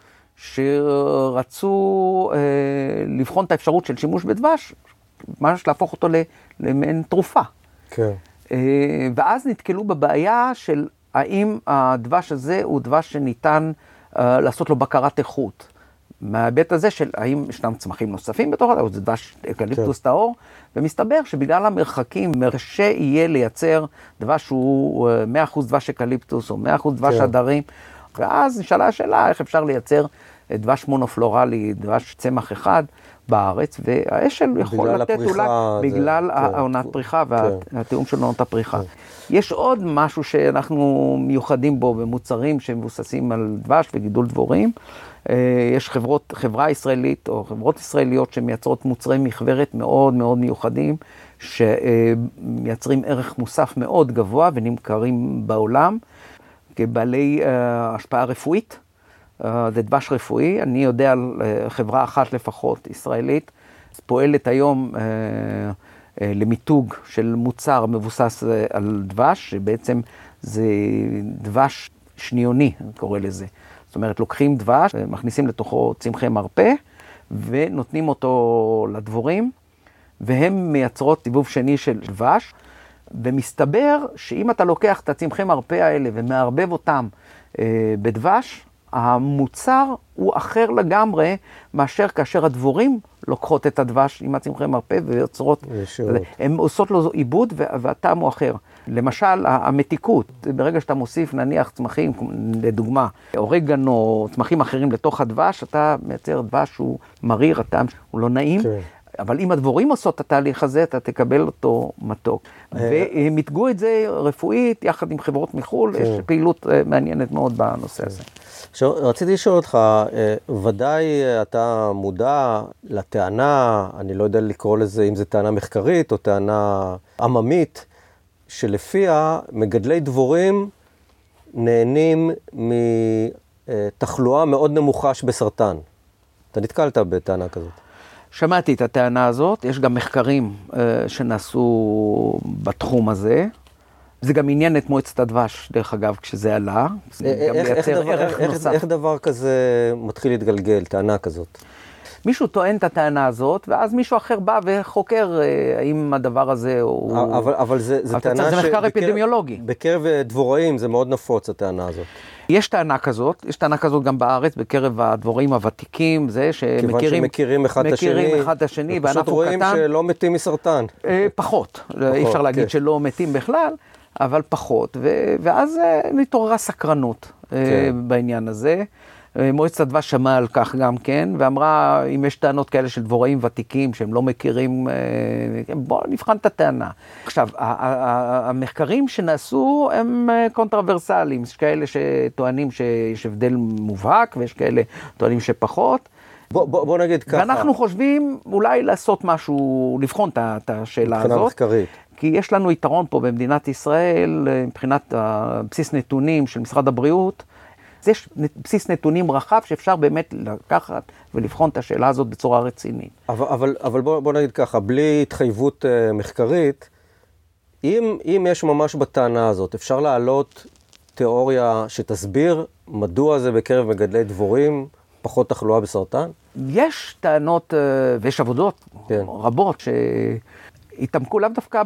שרצו לבחון את האפשרות של שימוש בדבש, ממש להפוך אותו למעין תרופה. כן. ואז נתקלו בבעיה של האם הדבש הזה הוא דבש שניתן לעשות לו בקרת איכות. מההיבט הזה של האם ישנם צמחים נוספים בתוך זה, או זה דבש אקליפטוס טהור, ומסתבר שבגלל המרחקים מרשה יהיה לייצר דבש שהוא 100% דבש אקליפטוס, או 100% דבש הדרים, ואז נשאלה השאלה איך אפשר לייצר דבש מונופלורלי, דבש צמח אחד בארץ, והאשל יכול לתת אולי בגלל העונת פריחה והתיאום של עונת הפריחה. יש עוד משהו שאנחנו מיוחדים בו במוצרים שמבוססים על דבש וגידול דבורים. יש חברה ישראלית או חברות ישראליות שמייצרות מוצרי מכוורת מאוד מאוד מיוחדים, שמייצרים ערך מוסף מאוד גבוה ונמכרים בעולם כבעלי השפעה רפואית. זה דבש רפואי. אני יודע על חברה אחת לפחות ישראלית, פועלת היום למיתוג של מוצר מבוסס על דבש, שבעצם זה דבש שניוני, אני קורא לזה. זאת אומרת, לוקחים דבש, מכניסים לתוכו צמחי מרפא, ונותנים אותו לדבורים, והם מייצרות סיבוב שני של דבש, ומסתבר שאם אתה לוקח את הצמחי מרפא האלה ומערבב אותם בדבש, המוצר הוא אחר לגמרי מאשר כאשר הדבורים לוקחות את הדבש עם הצמחי מרפא ויוצרות, הן עושות לו עיבוד והטעם הוא אחר. למשל, המתיקות, ברגע שאתה מוסיף נניח צמחים, לדוגמה, אורגנו, צמחים אחרים לתוך הדבש, אתה מייצר דבש שהוא מריר, הטעם הוא לא נעים. אבל אם הדבורים עושות את התהליך הזה, אתה תקבל אותו מתוק. והם יתגעו את זה רפואית, יחד עם חברות מחול, יש פעילות מעניינת מאוד בנושא הזה. עכשיו, רציתי לשאול אותך, ודאי אתה מודע לטענה, אני לא יודע לקרוא לזה אם זה טענה מחקרית או טענה עממית, שלפיה מגדלי דבורים נהנים מתחלואה מאוד נמוכה בסרטן. אתה נתקלת בטענה כזאת? שמעתי את הטענה הזאת, יש גם מחקרים שנעשו בתחום הזה. זה גם עניין את מועצת הדבש, דרך אגב, כשזה עלה. איך דבר כזה מתחיל להתגלגל, טענה כזאת? מישהו טוען את הטענה הזאת, ואז מישהו אחר בא וחוקר האם הדבר הזה הוא... אבל זה טענה זה מחקר אפידמיולוגי. בקרב דבוראים זה מאוד נפוץ, הטענה הזאת. יש טענה כזאת גם בארץ, בקרב הדבוראים הוותיקים, זה שמכירים אחד את השני, ופשוט רואים שלא מתים מסרטן. פחות, אי אפשר להגיד שלא מתים בכלל, אבל פחות, ואז נתעוררה סקרנות בעניין הזה. מועצת הדבש שמעה על כך גם כן, ואמרה, אם יש טענות כאלה של דבוראים ותיקים שהם לא מכירים, בואו נבחן את הטענה. עכשיו, המחקרים שנעשו הם קונטרוורסליים, יש כאלה שטוענים שיש הבדל מובהק, ויש כאלה טוענים שפחות. בוא נגיד ככה. ואנחנו חושבים אולי לעשות משהו, לבחון את השאלה הזאת. מבחינה מחקרית. כי יש לנו יתרון פה במדינת ישראל, מבחינת בסיס נתונים של משרד הבריאות, יש בסיס נתונים רחב שאפשר באמת לקחת ולבחון את השאלה הזאת בצורה רצינית. אבל בוא נגיד ככה, בלי התחייבות מחקרית, אם יש ממש בטענה הזאת, אפשר להעלות תיאוריה שתסביר מדוע זה בקרב מגדלי דבורים פחות תחלואה בסרטן? יש טענות ויש עבודות רבות שהתעמקו לאו דווקא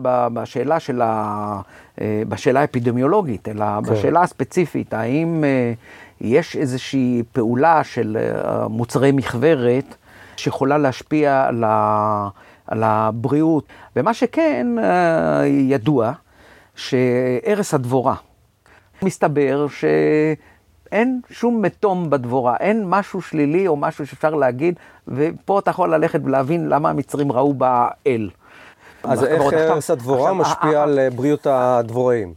בשאלה האפידמיולוגית, אלא בשאלה הספציפית, האם יש איזושהי פעולה של מוצרי מכוורת שיכולה להשפיע על הבריאות. ומה שכן ידוע, שערש הדבורה, מסתבר שאין שום מתום בדבורה, אין משהו שלילי או משהו שאפשר להגיד, ופה אתה יכול ללכת ולהבין למה המצרים ראו בה אל. אז איך ערש הדבורה משפיע על בריאות הדבוראים?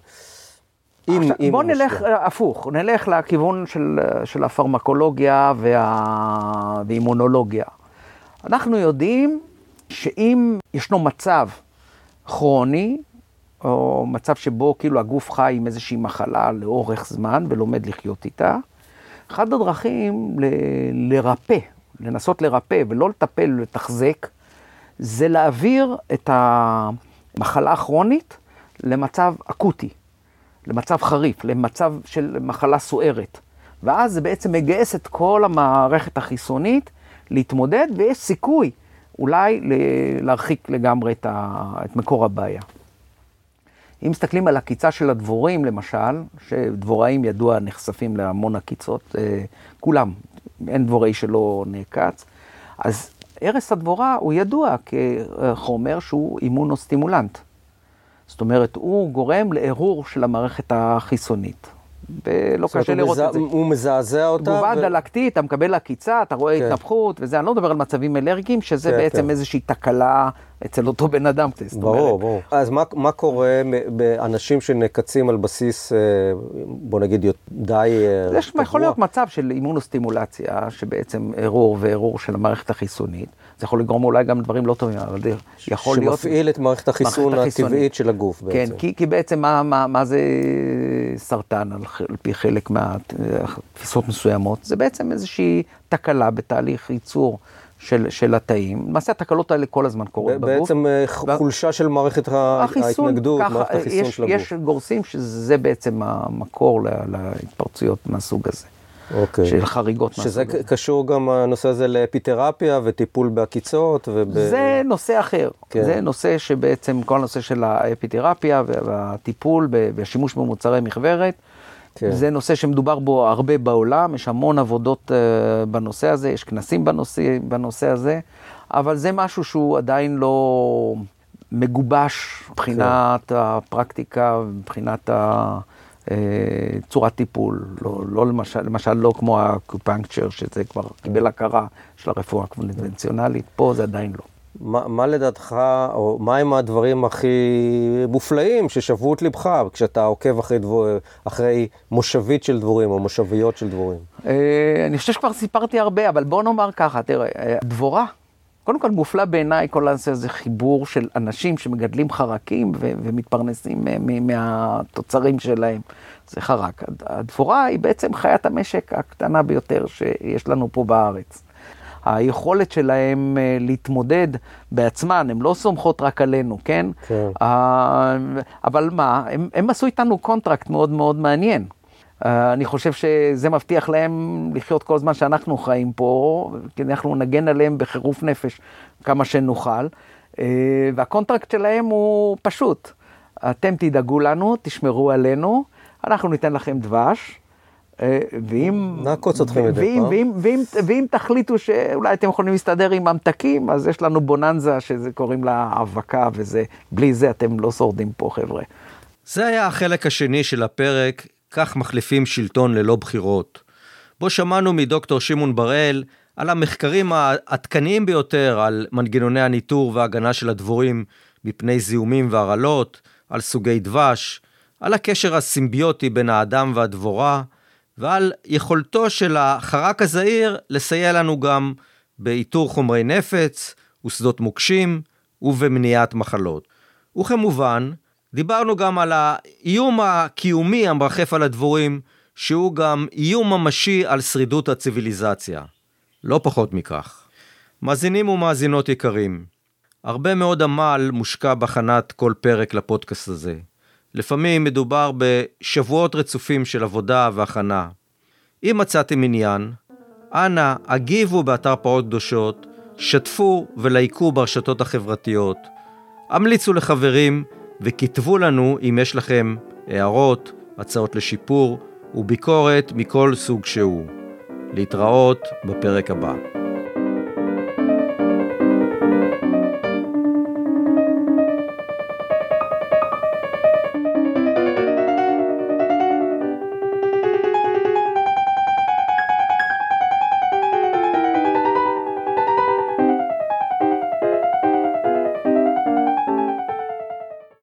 בוא נלך הפוך, נלך לכיוון של הפרמקולוגיה והאימונולוגיה. אנחנו יודעים שאם ישנו מצב כרוני, או מצב שבו כאילו הגוף חי עם איזושהי מחלה לאורך זמן ולומד לחיות איתה, אחד הדרכים לרפא, לנסות לרפא ולא לטפל ולתחזק, זה להעביר את המחלה הכרונית למצב אקוטי, למצב חריף, למצב של מחלה סוערת. ואז זה בעצם מגייס את כל המערכת החיסונית להתמודד, ויש סיכוי אולי להרחיק לגמרי את מקור הבעיה. אם מסתכלים על הקיצה של הדבורים, למשל, שדבוראים ידוע נחשפים להמון הקיצות, כולם, אין דבוראי שלא נעקץ, אז ערש הדבורה הוא ידוע כחומר שהוא אימונוסטימולנט. זאת אומרת, הוא גורם לערעור של המערכת החיסונית. ולא קשה לראות את זה. הוא מזעזע אותה. תגובה דלקתית, אתה מקבל עקיצה, אתה רואה התנפחות, וזה, אני לא מדבר על מצבים אלרגיים, שזה בעצם איזושהי תקלה אצל אותו בן אדם. ברור. אז מה קורה באנשים שנקצים על בסיס, בוא נגיד, די תבוע? יכול להיות מצב של אימונוסטימולציה, שבעצם ערעור של המערכת החיסונית. זה יכול לגרום אולי גם דברים לא טובים, אבל יכול להיות... שמפעיל את מערכת החיסון הטבעית של הגוף בעצם. כן, כי בעצם מה זה סרטן, על פי חלק מהתפיסות מסוימות, זה בעצם איזושהי תקלה בתהליך ייצור של התאים. למעשה התקלות האלה כל הזמן קורות בגוף. בעצם חולשה של מערכת ההתנגדות, מערכת החיסון של הגוף. יש גורסים שזה בעצם המקור להתפרצויות מהסוג הזה. של חריגות מהסוג הזה. שזה קשור גם הנושא הזה לאפיתרפיה וטיפול בעקיצות. זה נושא אחר. זה נושא שבעצם כל הנושא של האפיתרפיה והטיפול והשימוש במוצרי מכוורת, זה נושא שמדובר בו הרבה בעולם, יש המון עבודות בנושא הזה, יש כנסים בנושא הזה, אבל זה משהו שהוא עדיין לא מגובש מבחינת הפרקטיקה, מבחינת צורת טיפול, לא למשל לא כמו האקופנקצ'ר, שזה כבר קיבל הכרה של הרפואה הקונבנציונלית, פה זה עדיין לא. מה לדעתך, או מה הם הדברים הכי מופלאים ששבו את לבך, כשאתה עוקב אחרי מושבית של דבורים, או מושביות של דבורים? אני חושב שכבר סיפרתי הרבה, אבל בוא נאמר ככה, תראה, דבורה, קודם כל מופלא בעיניי כל הזה חיבור של אנשים שמגדלים חרקים ומתפרנסים מהתוצרים שלהם. זה חרק. הדבורה היא בעצם חיית המשק הקטנה ביותר שיש לנו פה בארץ. היכולת שלהם להתמודד בעצמן, הן לא סומכות רק עלינו, כן? כן. אבל מה, הם עשו איתנו קונטרקט מאוד מאוד מעניין. אני חושב שזה מבטיח להם לחיות כל זמן שאנחנו חיים פה, כי אנחנו נגן עליהם בחירוף נפש כמה שנוכל, והקונטרקט שלהם הוא פשוט. אתם תדאגו לנו, תשמרו עלינו, אנחנו ניתן לכם דבש, נעקוץ אתכם מדי פעם. ואם תחליטו שאולי אתם יכולים להסתדר עם ממתקים, אז יש לנו בוננזה שזה קוראים לה האבקה, וזה, בלי זה אתם לא שורדים פה, חבר'ה. זה היה החלק השני של הפרק, כך מחליפים שלטון ללא בחירות. בו שמענו מדוקטור שמעון בראל על המחקרים העדכניים ביותר על מנגנוני הניטור וההגנה של הדבורים מפני זיהומים והרעלות, על סוגי דבש, על הקשר הסימביוטי בין האדם והדבורה, ועל יכולתו של החרק הזעיר לסייע לנו גם באיתור חומרי נפץ ושדות מוקשים ובמניעת מחלות. וכמובן, דיברנו גם על האיום הקיומי המרחף על הדבורים, שהוא גם איום ממשי על שרידות הציביליזציה. לא פחות מכך. מאזינים ומאזינות יקרים, הרבה מאוד עמל מושקע בהכנת כל פרק לפודקאסט הזה. לפעמים מדובר בשבועות רצופים של עבודה והכנה. אם מצאתם עניין, אנא הגיבו באתר פרות קדושות, שתפו ולייקו ברשתות החברתיות, המליצו לחברים וכתבו לנו אם יש לכם הערות, הצעות לשיפור וביקורת מכל סוג שהוא. להתראות בפרק הבא.